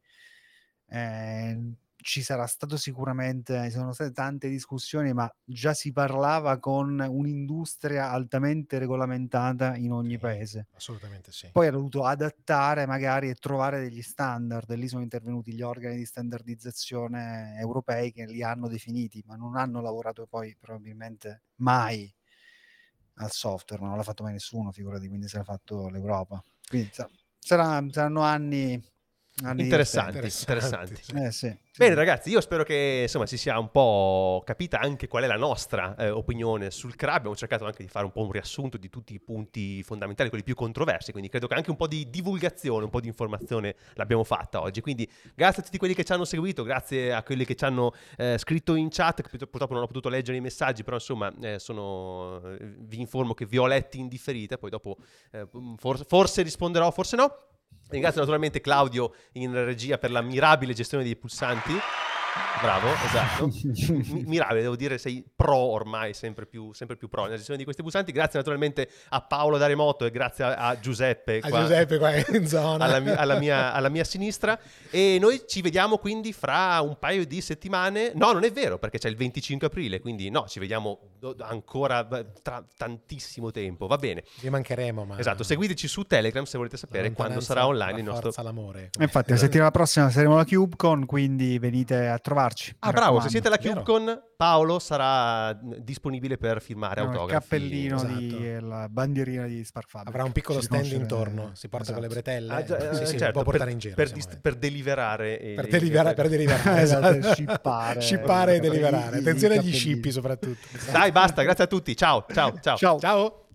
ci sarà stato sicuramente, ci sono state tante discussioni, ma già si parlava con un'industria altamente regolamentata in ogni paese. Assolutamente sì. Poi hanno dovuto adattare magari e trovare degli standard, e lì sono intervenuti gli organi di standardizzazione europei che li hanno definiti, ma non hanno lavorato poi probabilmente mai al software, non l'ha fatto mai nessuno, figurati, quindi se l'ha fatto l'Europa. Quindi saranno anni Interessanti. Sì. Bene ragazzi, io spero che insomma si sia un po' capita anche qual è la nostra opinione sul CRA. Abbiamo cercato anche di fare un po' un riassunto di tutti i punti fondamentali, quelli più controversi, quindi credo che anche un po' di divulgazione, un po' di informazione l'abbiamo fatta oggi. Quindi grazie a tutti quelli che ci hanno seguito, grazie a quelli che ci hanno scritto in chat, che purtroppo non ho potuto leggere i messaggi, però insomma vi informo che vi ho letti in differita, poi dopo forse risponderò, forse no. Ringrazio naturalmente Claudio in regia per la mirabile gestione dei pulsanti. Bravo, esatto. Mirabile, devo dire, sei pro ormai, sempre più pro nella gestione di questi pulsanti. Grazie naturalmente a Paolo da remoto e grazie a Giuseppe qua in zona alla mia sinistra. E noi ci vediamo quindi fra un paio di settimane. No, non è vero, perché c'è il 25 aprile, quindi no, ci vediamo ancora tra tantissimo tempo. Va bene. Vi mancheremo, ma esatto, seguiteci su Telegram se volete sapere quando sarà online il nostro. L'amore. Infatti la settimana prossima saremo alla CubeCon, quindi venite a trovarci. Bravo, se siete alla CubeCon, Paolo sarà disponibile per firmare autografi. Il cappellino e la bandierina di Sparkfabric. Avrà un piccolo stand intorno, si porta con le bretelle. Certo, può portare in giro. Per deliverare. Per deliverare. Esatto, shippare e deliverare. Attenzione agli shippi soprattutto. Dai, basta, grazie a tutti. Ciao. Ciao.